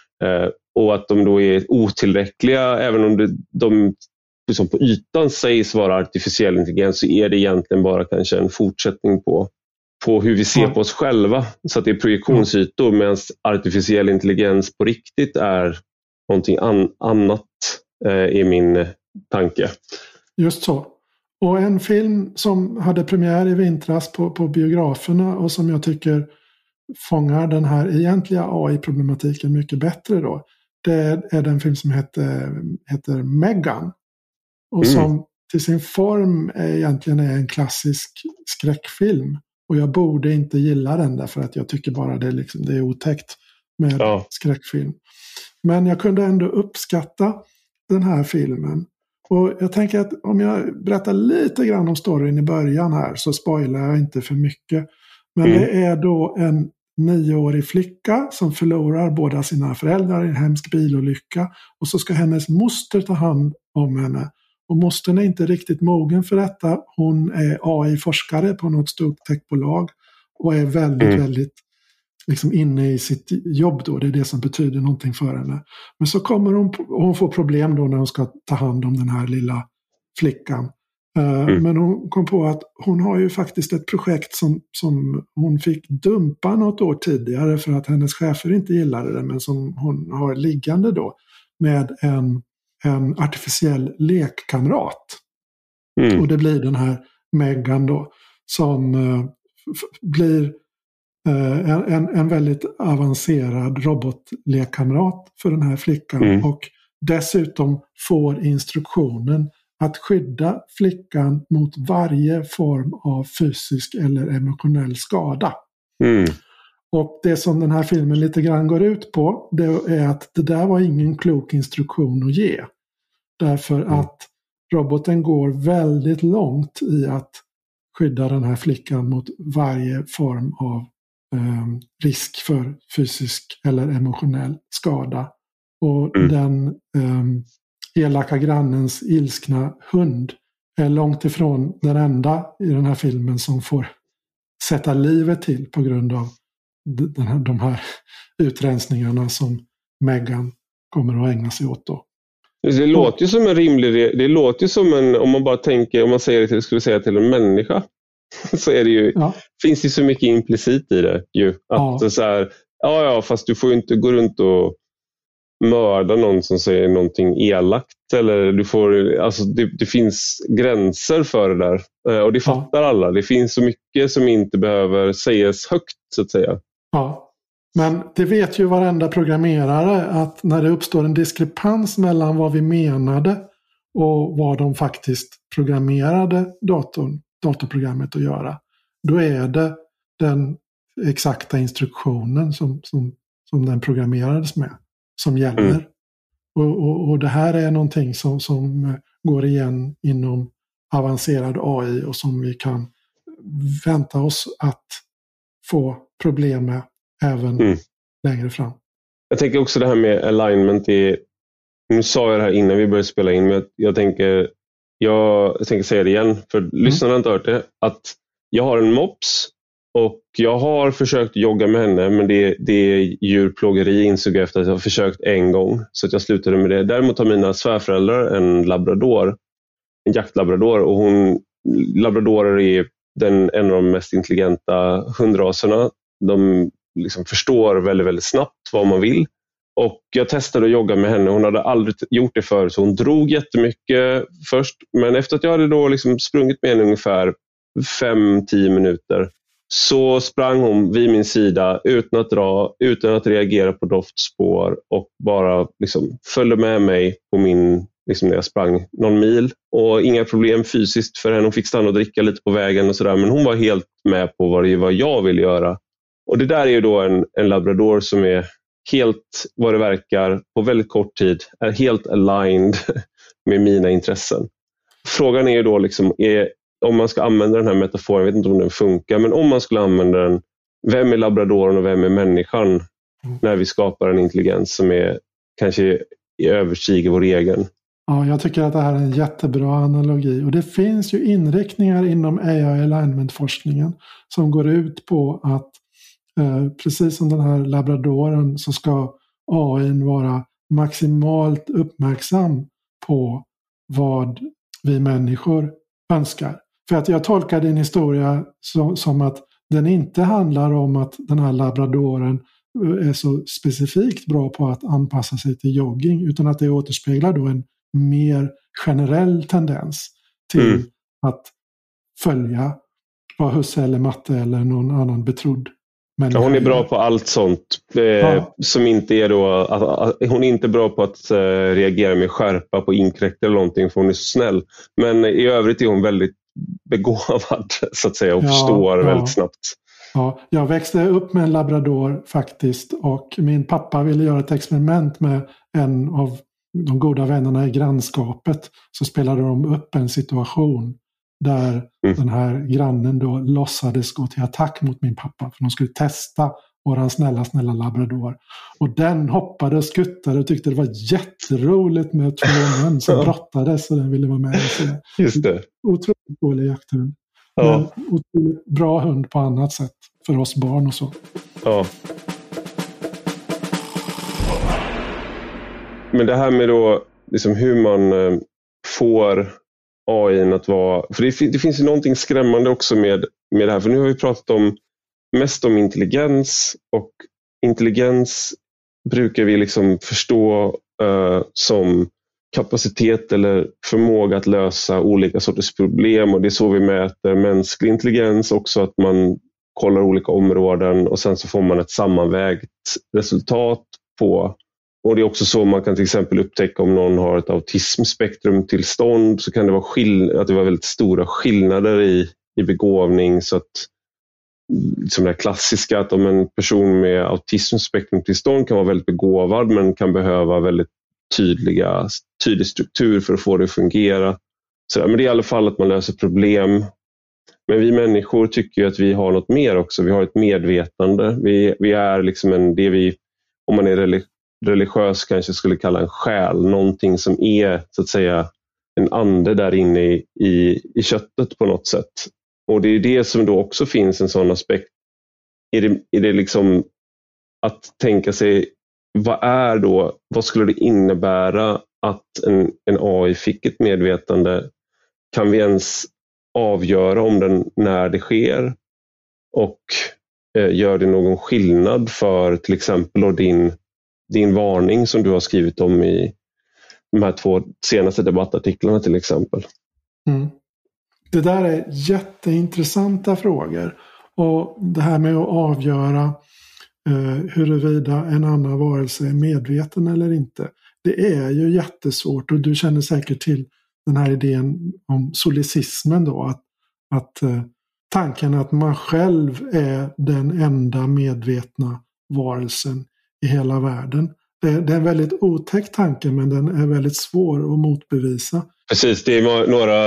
S1: och att de då är otillräckliga. Även om de liksom på ytan sägs vara artificiell intelligens, så är det egentligen bara kanske en fortsättning på hur vi ser på oss själva. Så att det är projektionsytor, medan artificiell intelligens på riktigt är någonting annat, i min tanke.
S2: Just så. Och en film som hade premiär i vintras på biograferna och som jag tycker fångar den här egentliga AI-problematiken mycket bättre då. Det är den film som heter Megan. Och som till sin form egentligen är en klassisk skräckfilm. Och jag borde inte gilla den därför att jag tycker bara det är otäckt med skräckfilm. Men jag kunde ändå uppskatta den här filmen. Och jag tänker att om jag berättar lite grann om storyn i början här så spoilar jag inte för mycket. Men det är då en 9-årig flicka som förlorar båda sina föräldrar i en hemsk bilolycka. Och så ska hennes moster ta hand om henne. Och mostern är inte riktigt mogen för detta. Hon är AI-forskare på något stort techbolag och är väldigt liksom inne i sitt jobb då. Det är det som betyder någonting för henne. Men så kommer hon får problem då när hon ska ta hand om den här lilla flickan. Men hon kom på att hon har ju faktiskt ett projekt som hon fick dumpa något år tidigare för att hennes chefer inte gillade det, men som hon har liggande då med en artificiell lekkamrat. Och det blir den här Megan då som blir en väldigt avancerad robotlekkamrat för den här flickan och dessutom får instruktionen att skydda flickan mot varje form av fysisk eller emotionell skada. Och det som den här filmen lite grann går ut på, det är att det där var ingen klok instruktion att ge. Därför att roboten går väldigt långt i att skydda den här flickan mot varje form av risk för fysisk eller emotionell skada. Och den elaka grannens ilskna hund är långt ifrån den enda i den här filmen som får sätta livet till på grund av de här utrensningarna som Megan kommer att ägna sig åt då.
S1: Det låter ju som en rimlig, det låter ju som en, om man bara tänker, om man säger det till, skulle säga till en människa, så är det ju, finns det så mycket implicit i det ju, att det så här, fast du får ju inte gå runt och mörda någon som säger någonting elakt, eller du får, alltså det finns gränser för det där, och det fattar alla. Det finns så mycket som inte behöver sägas högt, så att säga.
S2: Ja. Men det vet ju varenda programmerare att när det uppstår en diskrepans mellan vad vi menade och vad de faktiskt programmerade datorprogrammet att göra, då är det den exakta instruktionen som den programmerades med som gäller. Och det här är någonting som går igen inom avancerad AI och som vi kan vänta oss att få problem med även längre fram.
S1: Jag tänker också det här med alignment. Nu sa jag det här innan vi började spela in, men jag tänker säga det igen, för lyssnarna har inte hört det, att jag har en mops Och jag har försökt jogga med henne, men det är djurplågeri, insåg jag efter att jag har försökt en gång. Så att jag slutade med det. Däremot har mina svärföräldrar en labrador, en jaktlabrador. Och labradorer är en av de mest intelligenta hundraserna. De liksom förstår väldigt, väldigt snabbt vad man vill. Och jag testade att jogga med henne. Hon hade aldrig gjort det förr, så hon drog jättemycket först. Men efter att jag hade då liksom sprungit med henne ungefär 5-10 minuter, så sprang hon vid min sida utan att dra, utan att reagera på doftspår, och bara liksom följde med mig på min, liksom när jag sprang någon mil. Och inga problem fysiskt för henne. Hon fick stanna och dricka lite på vägen och sådär, men hon var helt med på vad jag ville göra. Och det där är ju då en labrador som är helt, vad det verkar, på väldigt kort tid är helt aligned med mina intressen. Frågan är ju då liksom, om man ska använda den här metaforen, jag vet inte om den funkar, men om man skulle använda den, vem är labradoren och vem är människan när vi skapar en intelligens som är kanske överstiger vår egen?
S2: Ja, jag tycker att det här är en jättebra analogi. Och det finns ju inriktningar inom AI alignment-forskningen som går ut på att precis som den här labradoren så ska AI vara maximalt uppmärksam på vad vi människor önskar. För att jag tolkar din historia som att den inte handlar om att den här labradoren är så specifikt bra på att anpassa sig till jogging, utan att det återspeglar då en mer generell tendens till att följa vad husse eller matte eller någon annan betrodd.
S1: Ja, hon är bra på allt sånt som inte är då, hon är inte bra på att reagera med skärpa på inkräkt eller någonting, för hon är så snäll. Men i övrigt är hon väldigt begåvad så att säga, och förstår väldigt snabbt. Ja,
S2: jag växte upp med en labrador faktiskt, och min pappa ville göra ett experiment med en av de goda vännerna i grannskapet. Så spelade de upp en situation där den här grannen då låtsades gå till attack mot min pappa, för de skulle testa våran snälla labrador. Och den hoppade och skuttade och tyckte det var jätteroligt med två män som brottades, och den ville vara med.
S1: Just det.
S2: Otroligt dålig jakthund. Men otroligt bra hund på annat sätt för oss barn och så.
S1: Ja. Men det här med då liksom hur man får AI att vara... För det finns ju någonting skrämmande också med det här. För nu har vi pratat mest om intelligens. Och intelligens brukar vi liksom förstå som kapacitet eller förmåga att lösa olika sorters problem. Och det är så vi mäter mänsklig intelligens också. Att man kollar olika områden och sen så får man ett sammanvägt resultat på... Och det är också så man kan till exempel upptäcka om någon har ett autismspektrumtillstånd, så kan det vara att det var väldigt stora skillnader i begåvning, så att som det klassiska att om en person med autismspektrumtillstånd kan vara väldigt begåvad men kan behöva väldigt tydlig struktur för att få det att fungera. Men det är i alla fall att man löser problem. Men vi människor tycker ju att vi har något mer också. Vi har ett medvetande. Vi är liksom om man är religiös kanske skulle kalla en själ, någonting som är så att säga en ande där inne i köttet på något sätt. Och det är det som då också finns en sån aspekt. Är det liksom att tänka sig, vad skulle det innebära att en AI fick ett medvetande? Kan vi ens avgöra om den när det sker? Och gör det någon skillnad för till exempel då din varning som du har skrivit om i de här 2 senaste debattartiklarna till exempel?
S2: Det där är jätteintressanta frågor. Och det här med att avgöra huruvida en annan varelse är medveten eller inte. Det är ju jättesvårt, och du känner säkert till den här idén om solicismen då. Att tanken att man själv är den enda medvetna varelsen i hela världen. Det är en väldigt otäck tanke, men den är väldigt svår att motbevisa.
S1: Precis, det är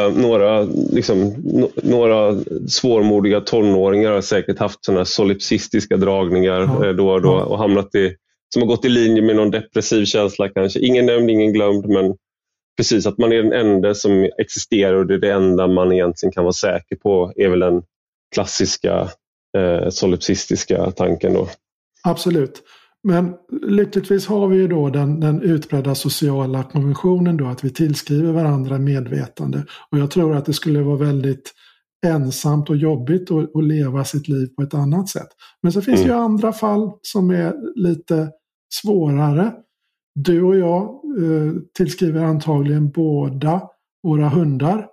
S1: några svårmodiga tonåringar har säkert haft sådana solipsistiska dragningar då och då och hamnat som har gått i linje med någon depressiv känsla kanske. Ingen nämnd, ingen glömd, men precis att man är den enda som existerar och det är det enda man egentligen kan vara säker på är väl den klassiska solipsistiska tanken då.
S2: Absolut. Men lyckligtvis har vi ju då den utbredda sociala konventionen då, att vi tillskriver varandra medvetande. Och jag tror att det skulle vara väldigt ensamt och jobbigt att leva sitt liv på ett annat sätt. Men så finns ju andra fall som är lite svårare. Du och jag tillskriver antagligen båda våra hundar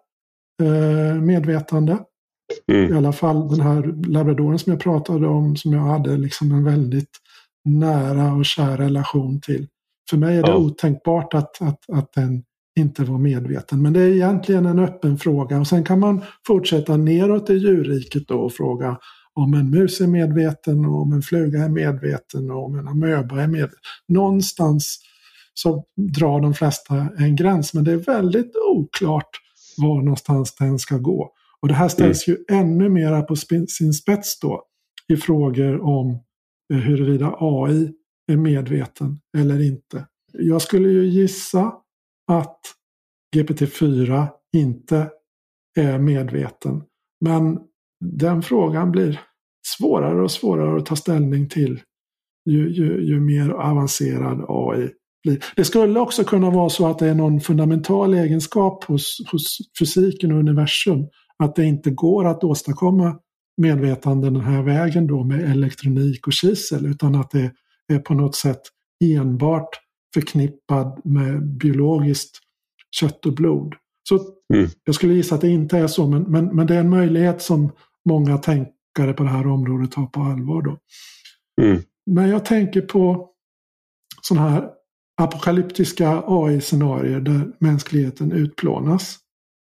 S2: medvetande. I alla fall den här labradoren som jag pratade om, som jag hade liksom en väldigt nära och kär relation till. För mig är det otänkbart att den inte var medveten. Men det är egentligen en öppen fråga. Och sen kan man fortsätta neråt i djurriket då och fråga om en mus är medveten, och om en fluga är medveten, och om en amöba är medveten. Någonstans så drar de flesta en gräns, men det är väldigt oklart var någonstans den ska gå. Och det här ställs ju ännu mera på sin spets då i frågor om huruvida AI är medveten eller inte. Jag skulle ju gissa att GPT-4 inte är medveten. Men den frågan blir svårare och svårare att ta ställning till ju mer avancerad AI blir. Det skulle också kunna vara så att det är någon fundamental egenskap hos fysiken och universum, att det inte går att åstadkomma medvetande den här vägen då med elektronik och kisel, utan att det är på något sätt enbart förknippad med biologiskt kött och blod. Så jag skulle gissa att det inte är så, men det är en möjlighet som många tänkare på det här området tar på allvar då. När jag tänker på sådana här apokalyptiska AI-scenarier där mänskligheten utplånas,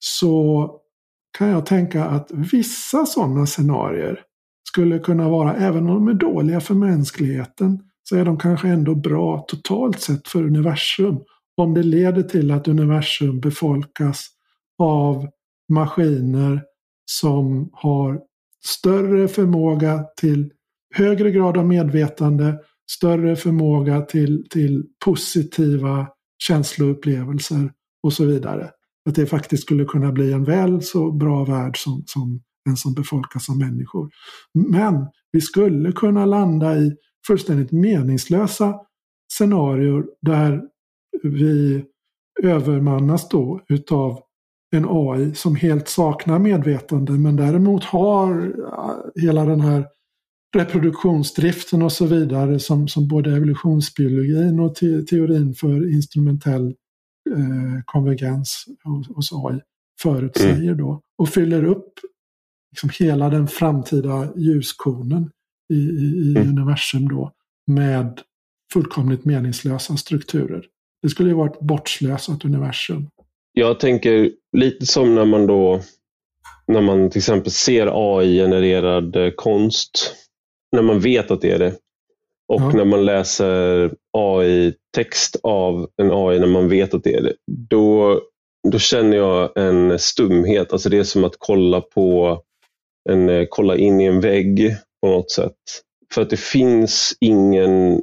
S2: så kan jag tänka att vissa sådana scenarier skulle kunna vara, även om de är dåliga för mänskligheten, så är de kanske ändå bra totalt sett för universum. Om det leder till att universum befolkas av maskiner som har större förmåga till högre grad av medvetande, större förmåga till positiva känsloupplevelser och så vidare. Att det faktiskt skulle kunna bli en väl så bra värld som den som befolkas av människor. Men vi skulle kunna landa i fullständigt meningslösa scenarier där vi övermannas då utav en AI som helt saknar medvetande, men däremot har hela den här reproduktionsdriften och så vidare som både evolutionsbiologin och teorin för instrumentell konvergens hos AI förutsäger då, och fyller upp liksom hela den framtida ljuskonen i universum då med fullkomligt meningslösa strukturer. Det skulle ju vara ett bortslösat universum. Jag
S1: tänker lite som när man till exempel ser AI-genererad konst, när man vet att det är det, och när man läser AI-text av en AI när man vet att det är det, då känner jag en stumhet. Alltså det är som att kolla in i en vägg på något sätt. För att det finns ingen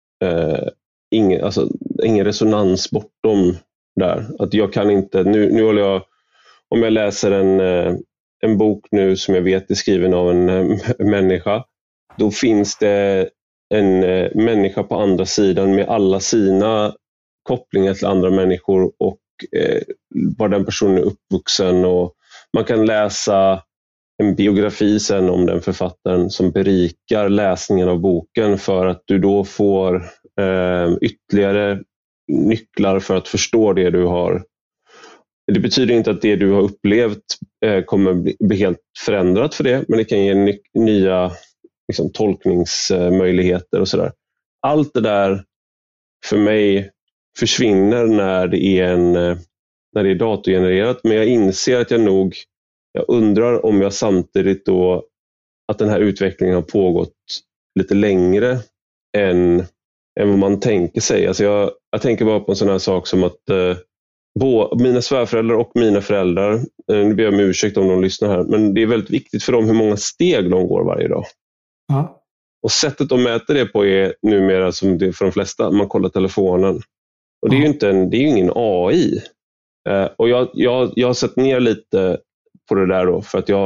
S1: resonans bortom där. Att jag kan inte, nu håller jag, om jag läser en bok nu som jag vet är skriven av en människa, då finns det en människa på andra sidan med alla sina kopplingar till andra människor och var den personen är uppvuxen, och man kan läsa en biografi sen om den författaren som berikar läsningen av boken, för att du då får ytterligare nycklar för att förstå det du har. Det betyder inte att det du har upplevt kommer bli helt förändrat för det, men det kan ge nya liksom, tolkningsmöjligheter och sådär. Allt det där för mig försvinner när det är datorgenererat, men jag inser att jag undrar om jag samtidigt då att den här utvecklingen har pågått lite längre än vad man tänker sig. Alltså jag tänker bara på en sån här sak som att mina svärföräldrar och mina föräldrar, nu ber jag om ursäkt om de lyssnar här, men det är väldigt viktigt för dem hur många steg de går varje dag. Ja. Och sättet de mäter det på är numera som det är för de flesta, man kollar telefonen. Och det är ju ingen AI. Och jag har sett ner lite på det där då, för att jag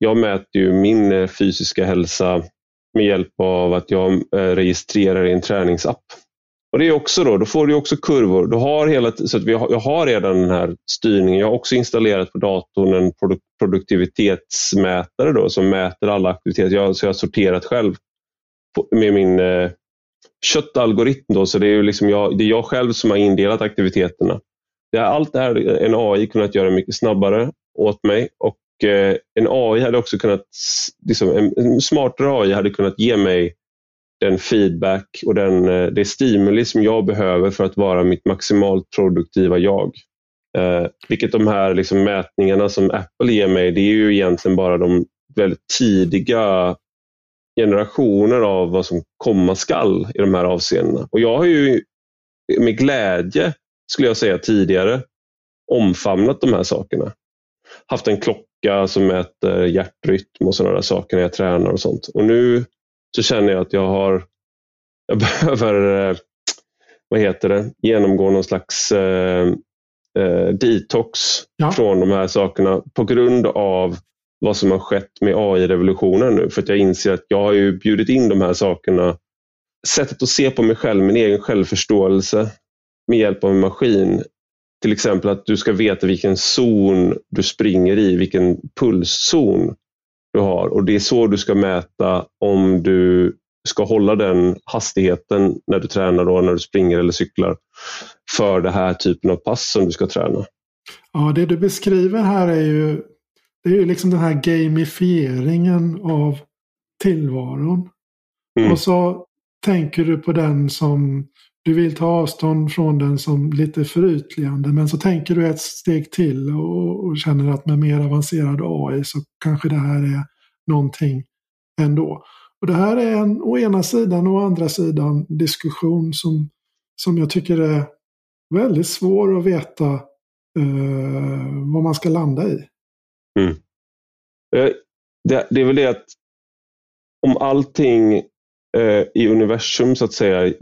S1: jag mäter ju min fysiska hälsa med hjälp av att jag registrerar i en träningsapp. Och det är också då får du också kurvor. Du har jag har redan den här styrningen. Jag har också installerat på datorn en produktivitetsmätare då, som mäter alla aktiviteter. Så jag har sorterat själv med min köttalgoritm då, så det är ju liksom det är jag själv som har indelat aktiviteterna. Allt det här en AI kunnat göra mycket snabbare åt mig, och en AI hade också kunnat, liksom, en smartare AI hade kunnat ge mig den feedback och det stimuli som jag behöver för att vara mitt maximalt produktiva jag. Vilket de här liksom mätningarna som Apple ger mig, det är ju egentligen bara de väldigt tidiga generationer av vad som komma skall i de här avseendena. Och jag har ju med glädje, skulle jag säga tidigare, omfamnat de här sakerna. Haft en klocka som mäter hjärtrytm och sådana där saker när jag tränar och sånt. Och nu så känner jag att jag behöver genomgå någon slags detox från de här sakerna på grund av vad som har skett med AI-revolutionen nu. För att jag inser att jag har ju bjudit in de här sakerna, sättet att se på mig själv, min egen självförståelse med hjälp av en maskin. Till exempel att du ska veta vilken zon du springer i, vilken pulszon du har. Och det är så du ska mäta om du ska hålla den hastigheten när du tränar då, när du springer eller cyklar för det här typen av pass som du ska träna.
S2: Ja, det du beskriver här är ju liksom den här gamifieringen av tillvaron. Och så tänker du på den som du vill ta avstånd från, den som lite förytligande, men så tänker du ett steg till och känner att med mer avancerad AI så kanske det här är någonting ändå. Och det här är en å ena sidan och å andra sidan diskussion som jag tycker är väldigt svår att veta vad man ska landa i.
S1: Det är väl det att om allting i universum så att säga,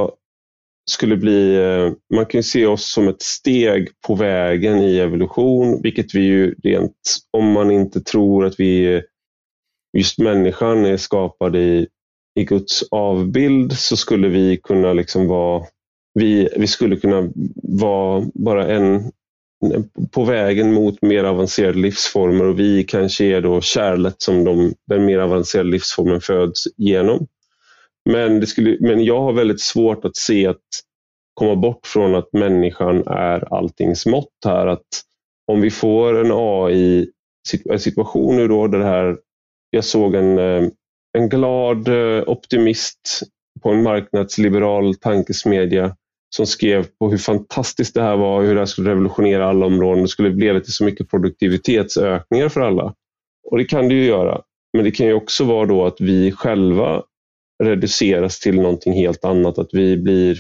S1: man kan ju se oss som ett steg på vägen i evolution, vilket vi ju rent, om man inte tror att just människan är skapad i Guds avbild, så skulle vi kunna liksom vi skulle kunna vara bara på vägen mot mer avancerade livsformer, och vi kanske är då kärlet som den mer avancerade livsformen föds genom. Men jag har väldigt svårt att se att komma bort från att människan är alltings mått här. Att om vi får en AI-situation nu då, där det här, jag såg en glad optimist på en marknadsliberal tankesmedja som skrev på hur fantastiskt det här var, hur det här skulle revolutionera alla områden. Det skulle leda till så mycket produktivitetsökningar för alla. Och det kan det ju göra. Men det kan ju också vara då att vi själva reduceras till någonting helt annat. Att vi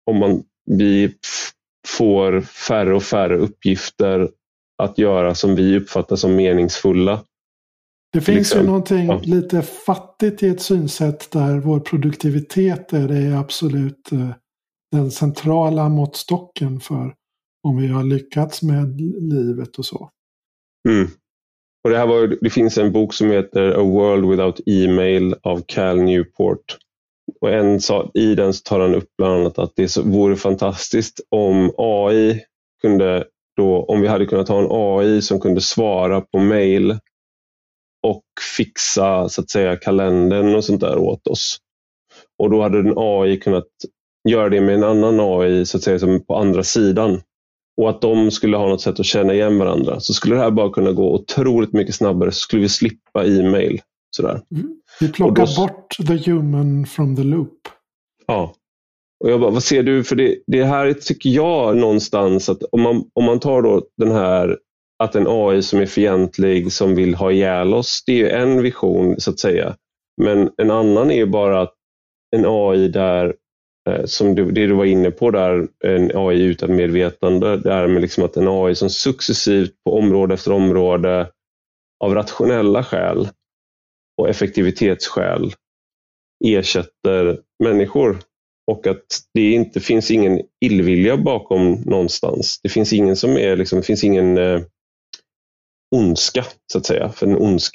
S1: får färre och färre uppgifter att göra som vi uppfattar som meningsfulla.
S2: Det finns ju någonting lite fattigt i ett synsätt där vår produktivitet är det absolut den centrala måttstocken för om vi har lyckats med livet och så.
S1: Och det finns en bok som heter A World Without Email av Cal Newport. Och i den så tar han upp bland annat att det vore fantastiskt om AI kunde då, om vi hade kunnat ha en AI som kunde svara på mail och fixa så att säga kalendern och sånt där åt oss. Och då hade en AI kunnat göra det med en annan AI så att säga som på andra sidan. Och att de skulle ha något sätt att känna igen varandra. Så skulle det här bara kunna gå otroligt mycket snabbare, så skulle vi slippa e-mail. Sådär.
S2: Vi plockar bort the human from the loop.
S1: Ja. Och jag bara, vad ser du? För det här tycker jag någonstans att om man tar då den här att en AI som är fientlig, som vill ha ihjäl oss, det är ju en vision så att säga. Men en annan är ju bara att en AI där, som det du var inne på där, en AI utan medvetande, det är med liksom att en AI som successivt på område efter område av rationella skäl och effektivitetsskäl ersätter människor, och att det inte finns ingen illvilja bakom någonstans. Det finns ingen som är liksom, det finns ingen ondska så att säga, för en ondska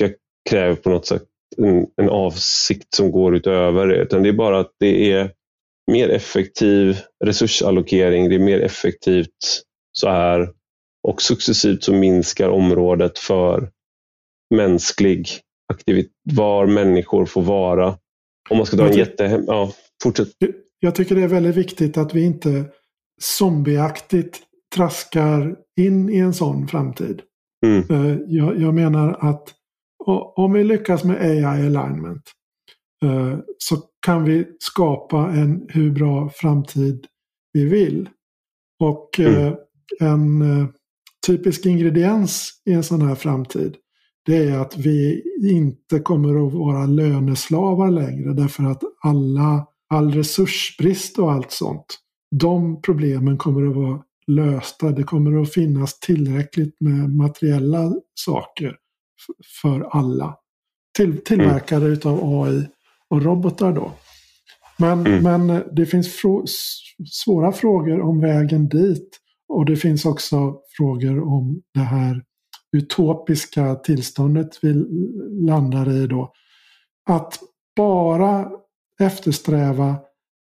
S1: kräver på något sätt en avsikt som går utöver det, utan det är bara att det är mer effektiv resursallokering, det är mer effektivt så här, och successivt så minskar området för mänsklig aktivitet, var människor får vara. Om man ska ta fortsätt.
S2: Jag tycker det är väldigt viktigt att vi inte zombieaktigt traskar in i en sån framtid. Jag menar att om vi lyckas med AI alignment så kan vi skapa en hur bra framtid vi vill. Och en typisk ingrediens i en sån här framtid, det är att vi inte kommer att vara löneslavar längre, därför att all resursbrist och allt sånt, de problemen kommer att vara lösta. Det kommer att finnas tillräckligt med materiella saker för alla. Tillverkade utav AI och robotar då. Men det finns svåra frågor om vägen dit. Och det finns också frågor om det här utopiska tillståndet vi landar i då. Att bara eftersträva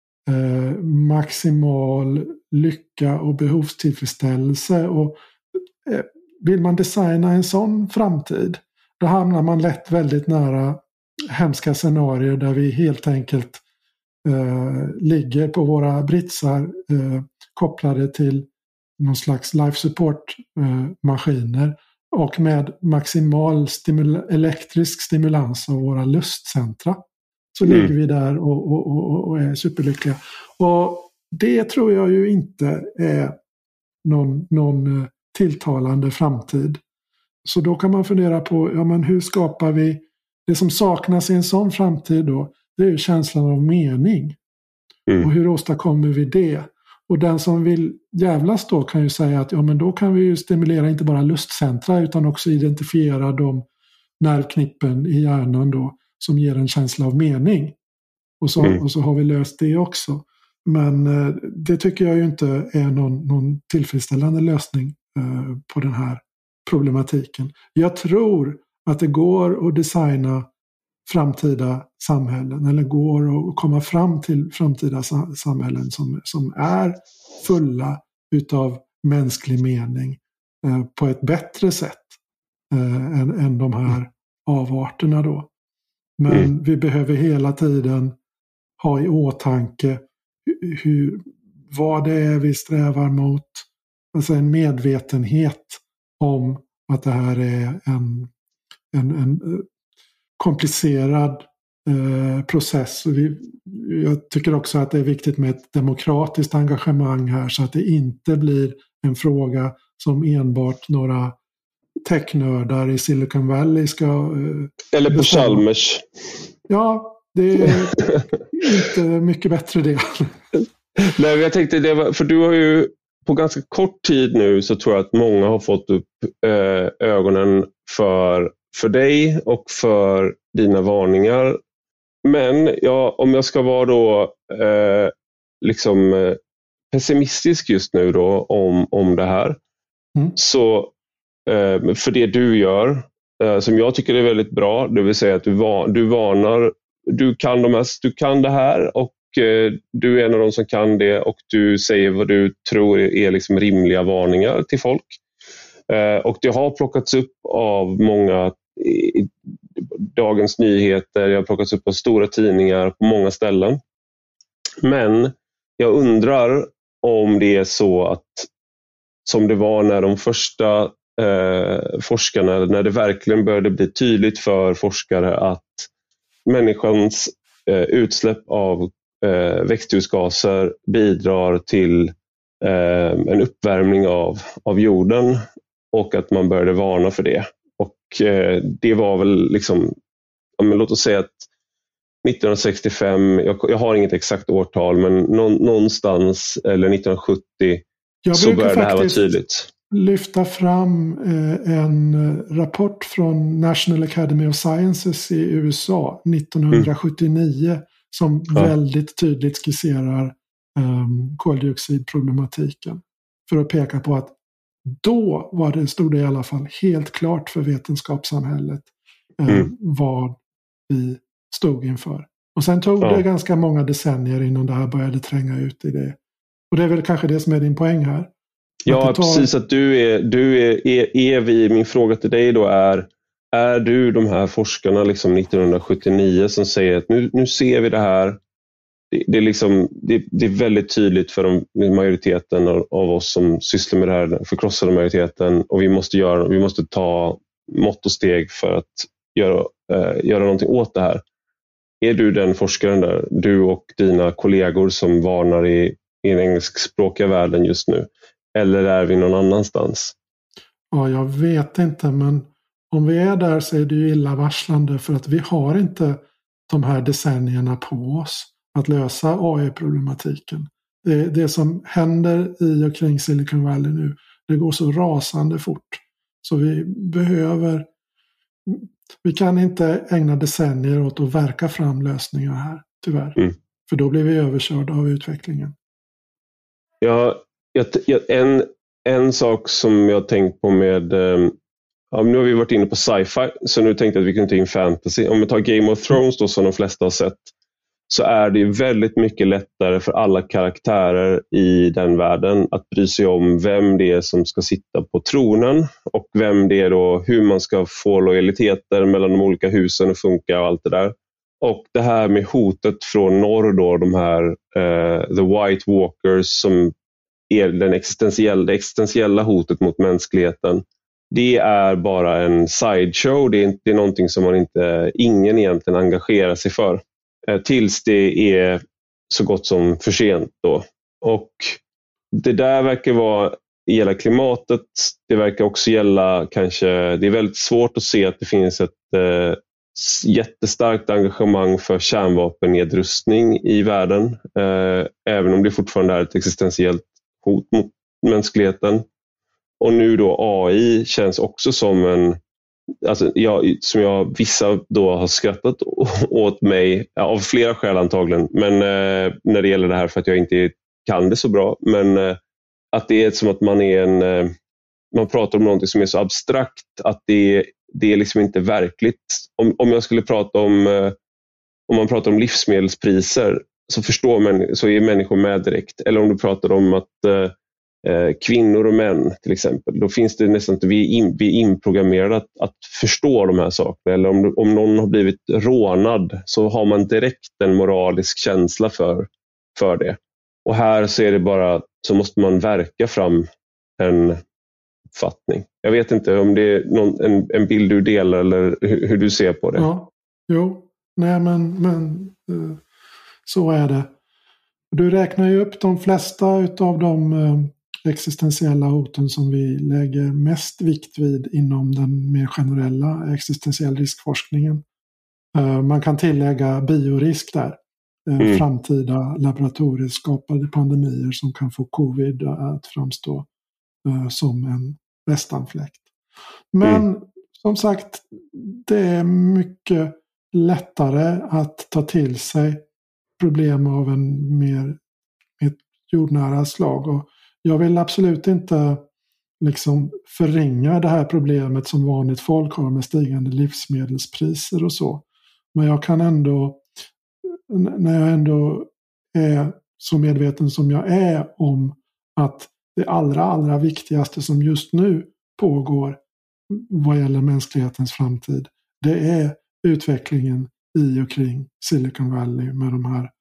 S2: maximal lycka och behovstillfredsställelse. Och vill man designa en sån framtid, då hamnar man lätt väldigt nära hemska scenarier där vi helt enkelt ligger på våra britsar kopplade till någon slags life support maskiner och med maximal elektrisk stimulans av våra lustcentra. Så ligger vi där och är superlyckliga. Och det tror jag ju inte är någon tilltalande framtid. Så då kan man fundera på, men hur skapar vi det som saknas i en sån framtid då? Det är ju känslan av mening. Och hur åstadkommer vi det? Och den som vill jävlas då kan ju säga att men då kan vi ju stimulera inte bara lustcentra utan också identifiera de nervknippen i hjärnan då som ger en känsla av mening. Och så har vi löst det också. Men det tycker jag ju inte är någon tillfredsställande lösning på den här problematiken. Jag tror att det går att designa framtida samhällen, eller går att komma fram till framtida samhällen som är fulla utav mänsklig mening på ett bättre sätt än de här avarterna då. Men vi behöver hela tiden ha i åtanke vad det är vi strävar mot. Alltså en medvetenhet om att det här är en komplicerad process. Jag tycker också att det är viktigt med ett demokratiskt engagemang här, så att det inte blir en fråga som enbart några technörder i Silicon Valley ska
S1: eller på Chalmers.
S2: Ja, det är inte mycket bättre det.
S1: Nej, jag tänkte för du har ju på ganska kort tid nu, så tror jag att många har fått upp ögonen för dig och för dina varningar. Men om jag ska vara då pessimistisk just nu då om det här, så för det du gör, som jag tycker är väldigt bra, det vill säga att du varnar, du kan det här, och du är en av de som kan det, och du säger vad du tror är liksom rimliga varningar till folk. Och det har plockats upp av många i Dagens Nyheter, det har plockats upp av stora tidningar på många ställen. Men jag undrar om det är så att, som det var när de första forskarna, när det verkligen började bli tydligt för forskare att människans utsläpp av växthusgaser bidrar till en uppvärmning av jorden, och att man började varna för det. Och det var väl låt oss säga att 1965, jag har inget exakt årtal, men någonstans, eller 1970, så började det här vara tydligt.
S2: Lyfta fram en rapport från National Academy of Sciences i USA 1979 som väldigt tydligt skisserar koldioxidproblematiken, för att peka på att då stod det i alla fall helt klart för vetenskapssamhället vad vi stod inför. Och sen tog det ganska många decennier innan det här började tränga ut i det. Och det är väl kanske det som är din poäng här.
S1: Ja, precis. Att min fråga till dig då är du de här forskarna liksom 1979 som säger att nu ser vi det här. Det är väldigt tydligt för majoriteten av oss som sysslar med det här, förkrossade majoriteten, och vi måste ta mått och steg för att göra någonting åt det här. Är du den forskaren där, du och dina kollegor som varnar i den engelskspråkiga världen just nu? Eller är vi någon annanstans?
S2: Ja, jag vet inte, men om vi är där så är det ju illavarslande, för att vi har inte de här decennierna på oss att lösa AI-problematiken. Det som händer i och kring Silicon Valley nu, det går så rasande fort. Så vi kan inte ägna decennier åt att verka fram lösningar här, tyvärr. För då blir vi överkörda av utvecklingen.
S1: Ja, en sak som jag tänkt på med... nu har vi varit inne på sci-fi, så nu tänkte jag att vi kunde ta in fantasy. Om vi tar Game of Thrones då, som de flesta har sett, så är det väldigt mycket lättare för alla karaktärer i den världen att bry sig om vem det är som ska sitta på tronen och vem det är då, hur man ska få lojaliteter mellan de olika husen och funka och allt det där. Och det här med hotet från norr då, de här The White Walkers som är det existentiella hotet mot mänskligheten. Det är bara en sideshow, det är någonting som ingen egentligen engagerar sig för. Tills det är så gott som för sent då. Och det där verkar gälla klimatet. Det verkar också gälla kanske, det är väldigt svårt att se att det finns ett jättestarkt engagemang för kärnvapennedrustning i världen. Även om det fortfarande är ett existentiellt hot mot mänskligheten. Och nu då AI känns också som vissa då har skrattat åt mig, av flera skäl antagligen, men när det gäller det här för att jag inte kan det så bra, men att det är som att man pratar om någonting som är så abstrakt att det är liksom inte verkligt. Om jag skulle prata om man pratar om livsmedelspriser, så så är människor med direkt. Eller om du pratar om att kvinnor och män till exempel, då finns det nästan inte, vi är inprogrammerade att förstå de här sakerna. Eller om någon har blivit rånad, så har man direkt en moralisk känsla för det. Och här så är det bara, så måste man verka fram en uppfattning. Jag vet inte om det är en bild du delar eller hur du ser på det.
S2: Ja, jo. Nej, men så är det. Du räknar ju upp de flesta av de existentiella hoten som vi lägger mest vikt vid inom den mer generella existentiell riskforskningen. Man kan tillägga biorisk där. Framtida laboratorieskapade pandemier som kan få covid att framstå som en västanfläkt. Men som sagt, det är mycket lättare att ta till sig problem av ett jordnära slag. Och jag vill absolut inte liksom förringa det här problemet som vanligt folk har med stigande livsmedelspriser och så. Men jag kan ändå, när jag ändå är så medveten som jag är om att det allra viktigaste som just nu pågår vad gäller mänsklighetens framtid, det är utvecklingen i och kring Silicon Valley med de här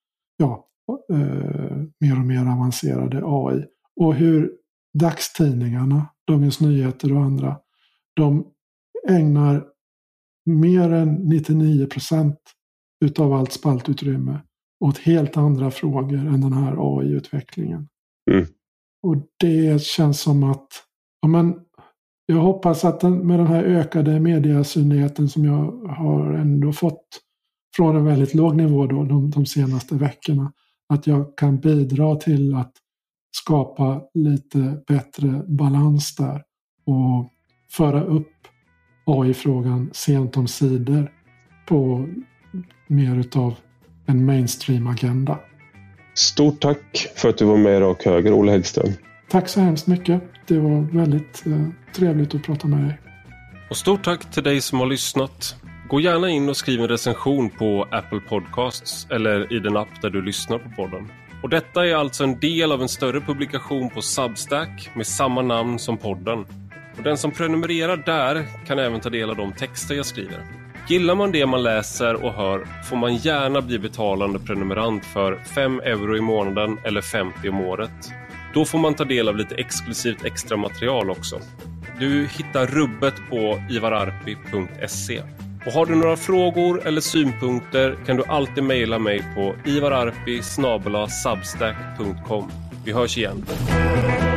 S2: mer och mer avancerade AI. Och hur dagstidningarna, Dagens Nyheter och andra, de ägnar mer än 99% utav allt spaltutrymme åt helt andra frågor än den här AI-utvecklingen. Och det känns som att jag hoppas att med den här ökade mediasynligheten som jag har ändå fått från en väldigt låg nivå då, de senaste veckorna, att jag kan bidra till att skapa lite bättre balans där och föra upp AI-frågan sent om sidor på mer utav en mainstream-agenda.
S1: Stort tack för att du var med i Rak Höger, Olle Häggström.
S2: Tack så hemskt mycket. Det var väldigt trevligt att prata med dig.
S1: Och stort tack till dig som har lyssnat. Gå gärna in och skriv en recension på Apple Podcasts eller i den app där du lyssnar på podden. Och detta är alltså en del av en större publikation på Substack med samma namn som podden. Och den som prenumererar där kan även ta del av de texter jag skriver. Gillar man det man läser och hör får man gärna bli betalande prenumerant för 5 euro i månaden eller 50 om året. Då får man ta del av lite exklusivt extra material också. Du hittar rubbet på ivararpi.se. Och har du några frågor eller synpunkter kan du alltid mejla mig på ivararpi@substack.com. Vi hörs igen.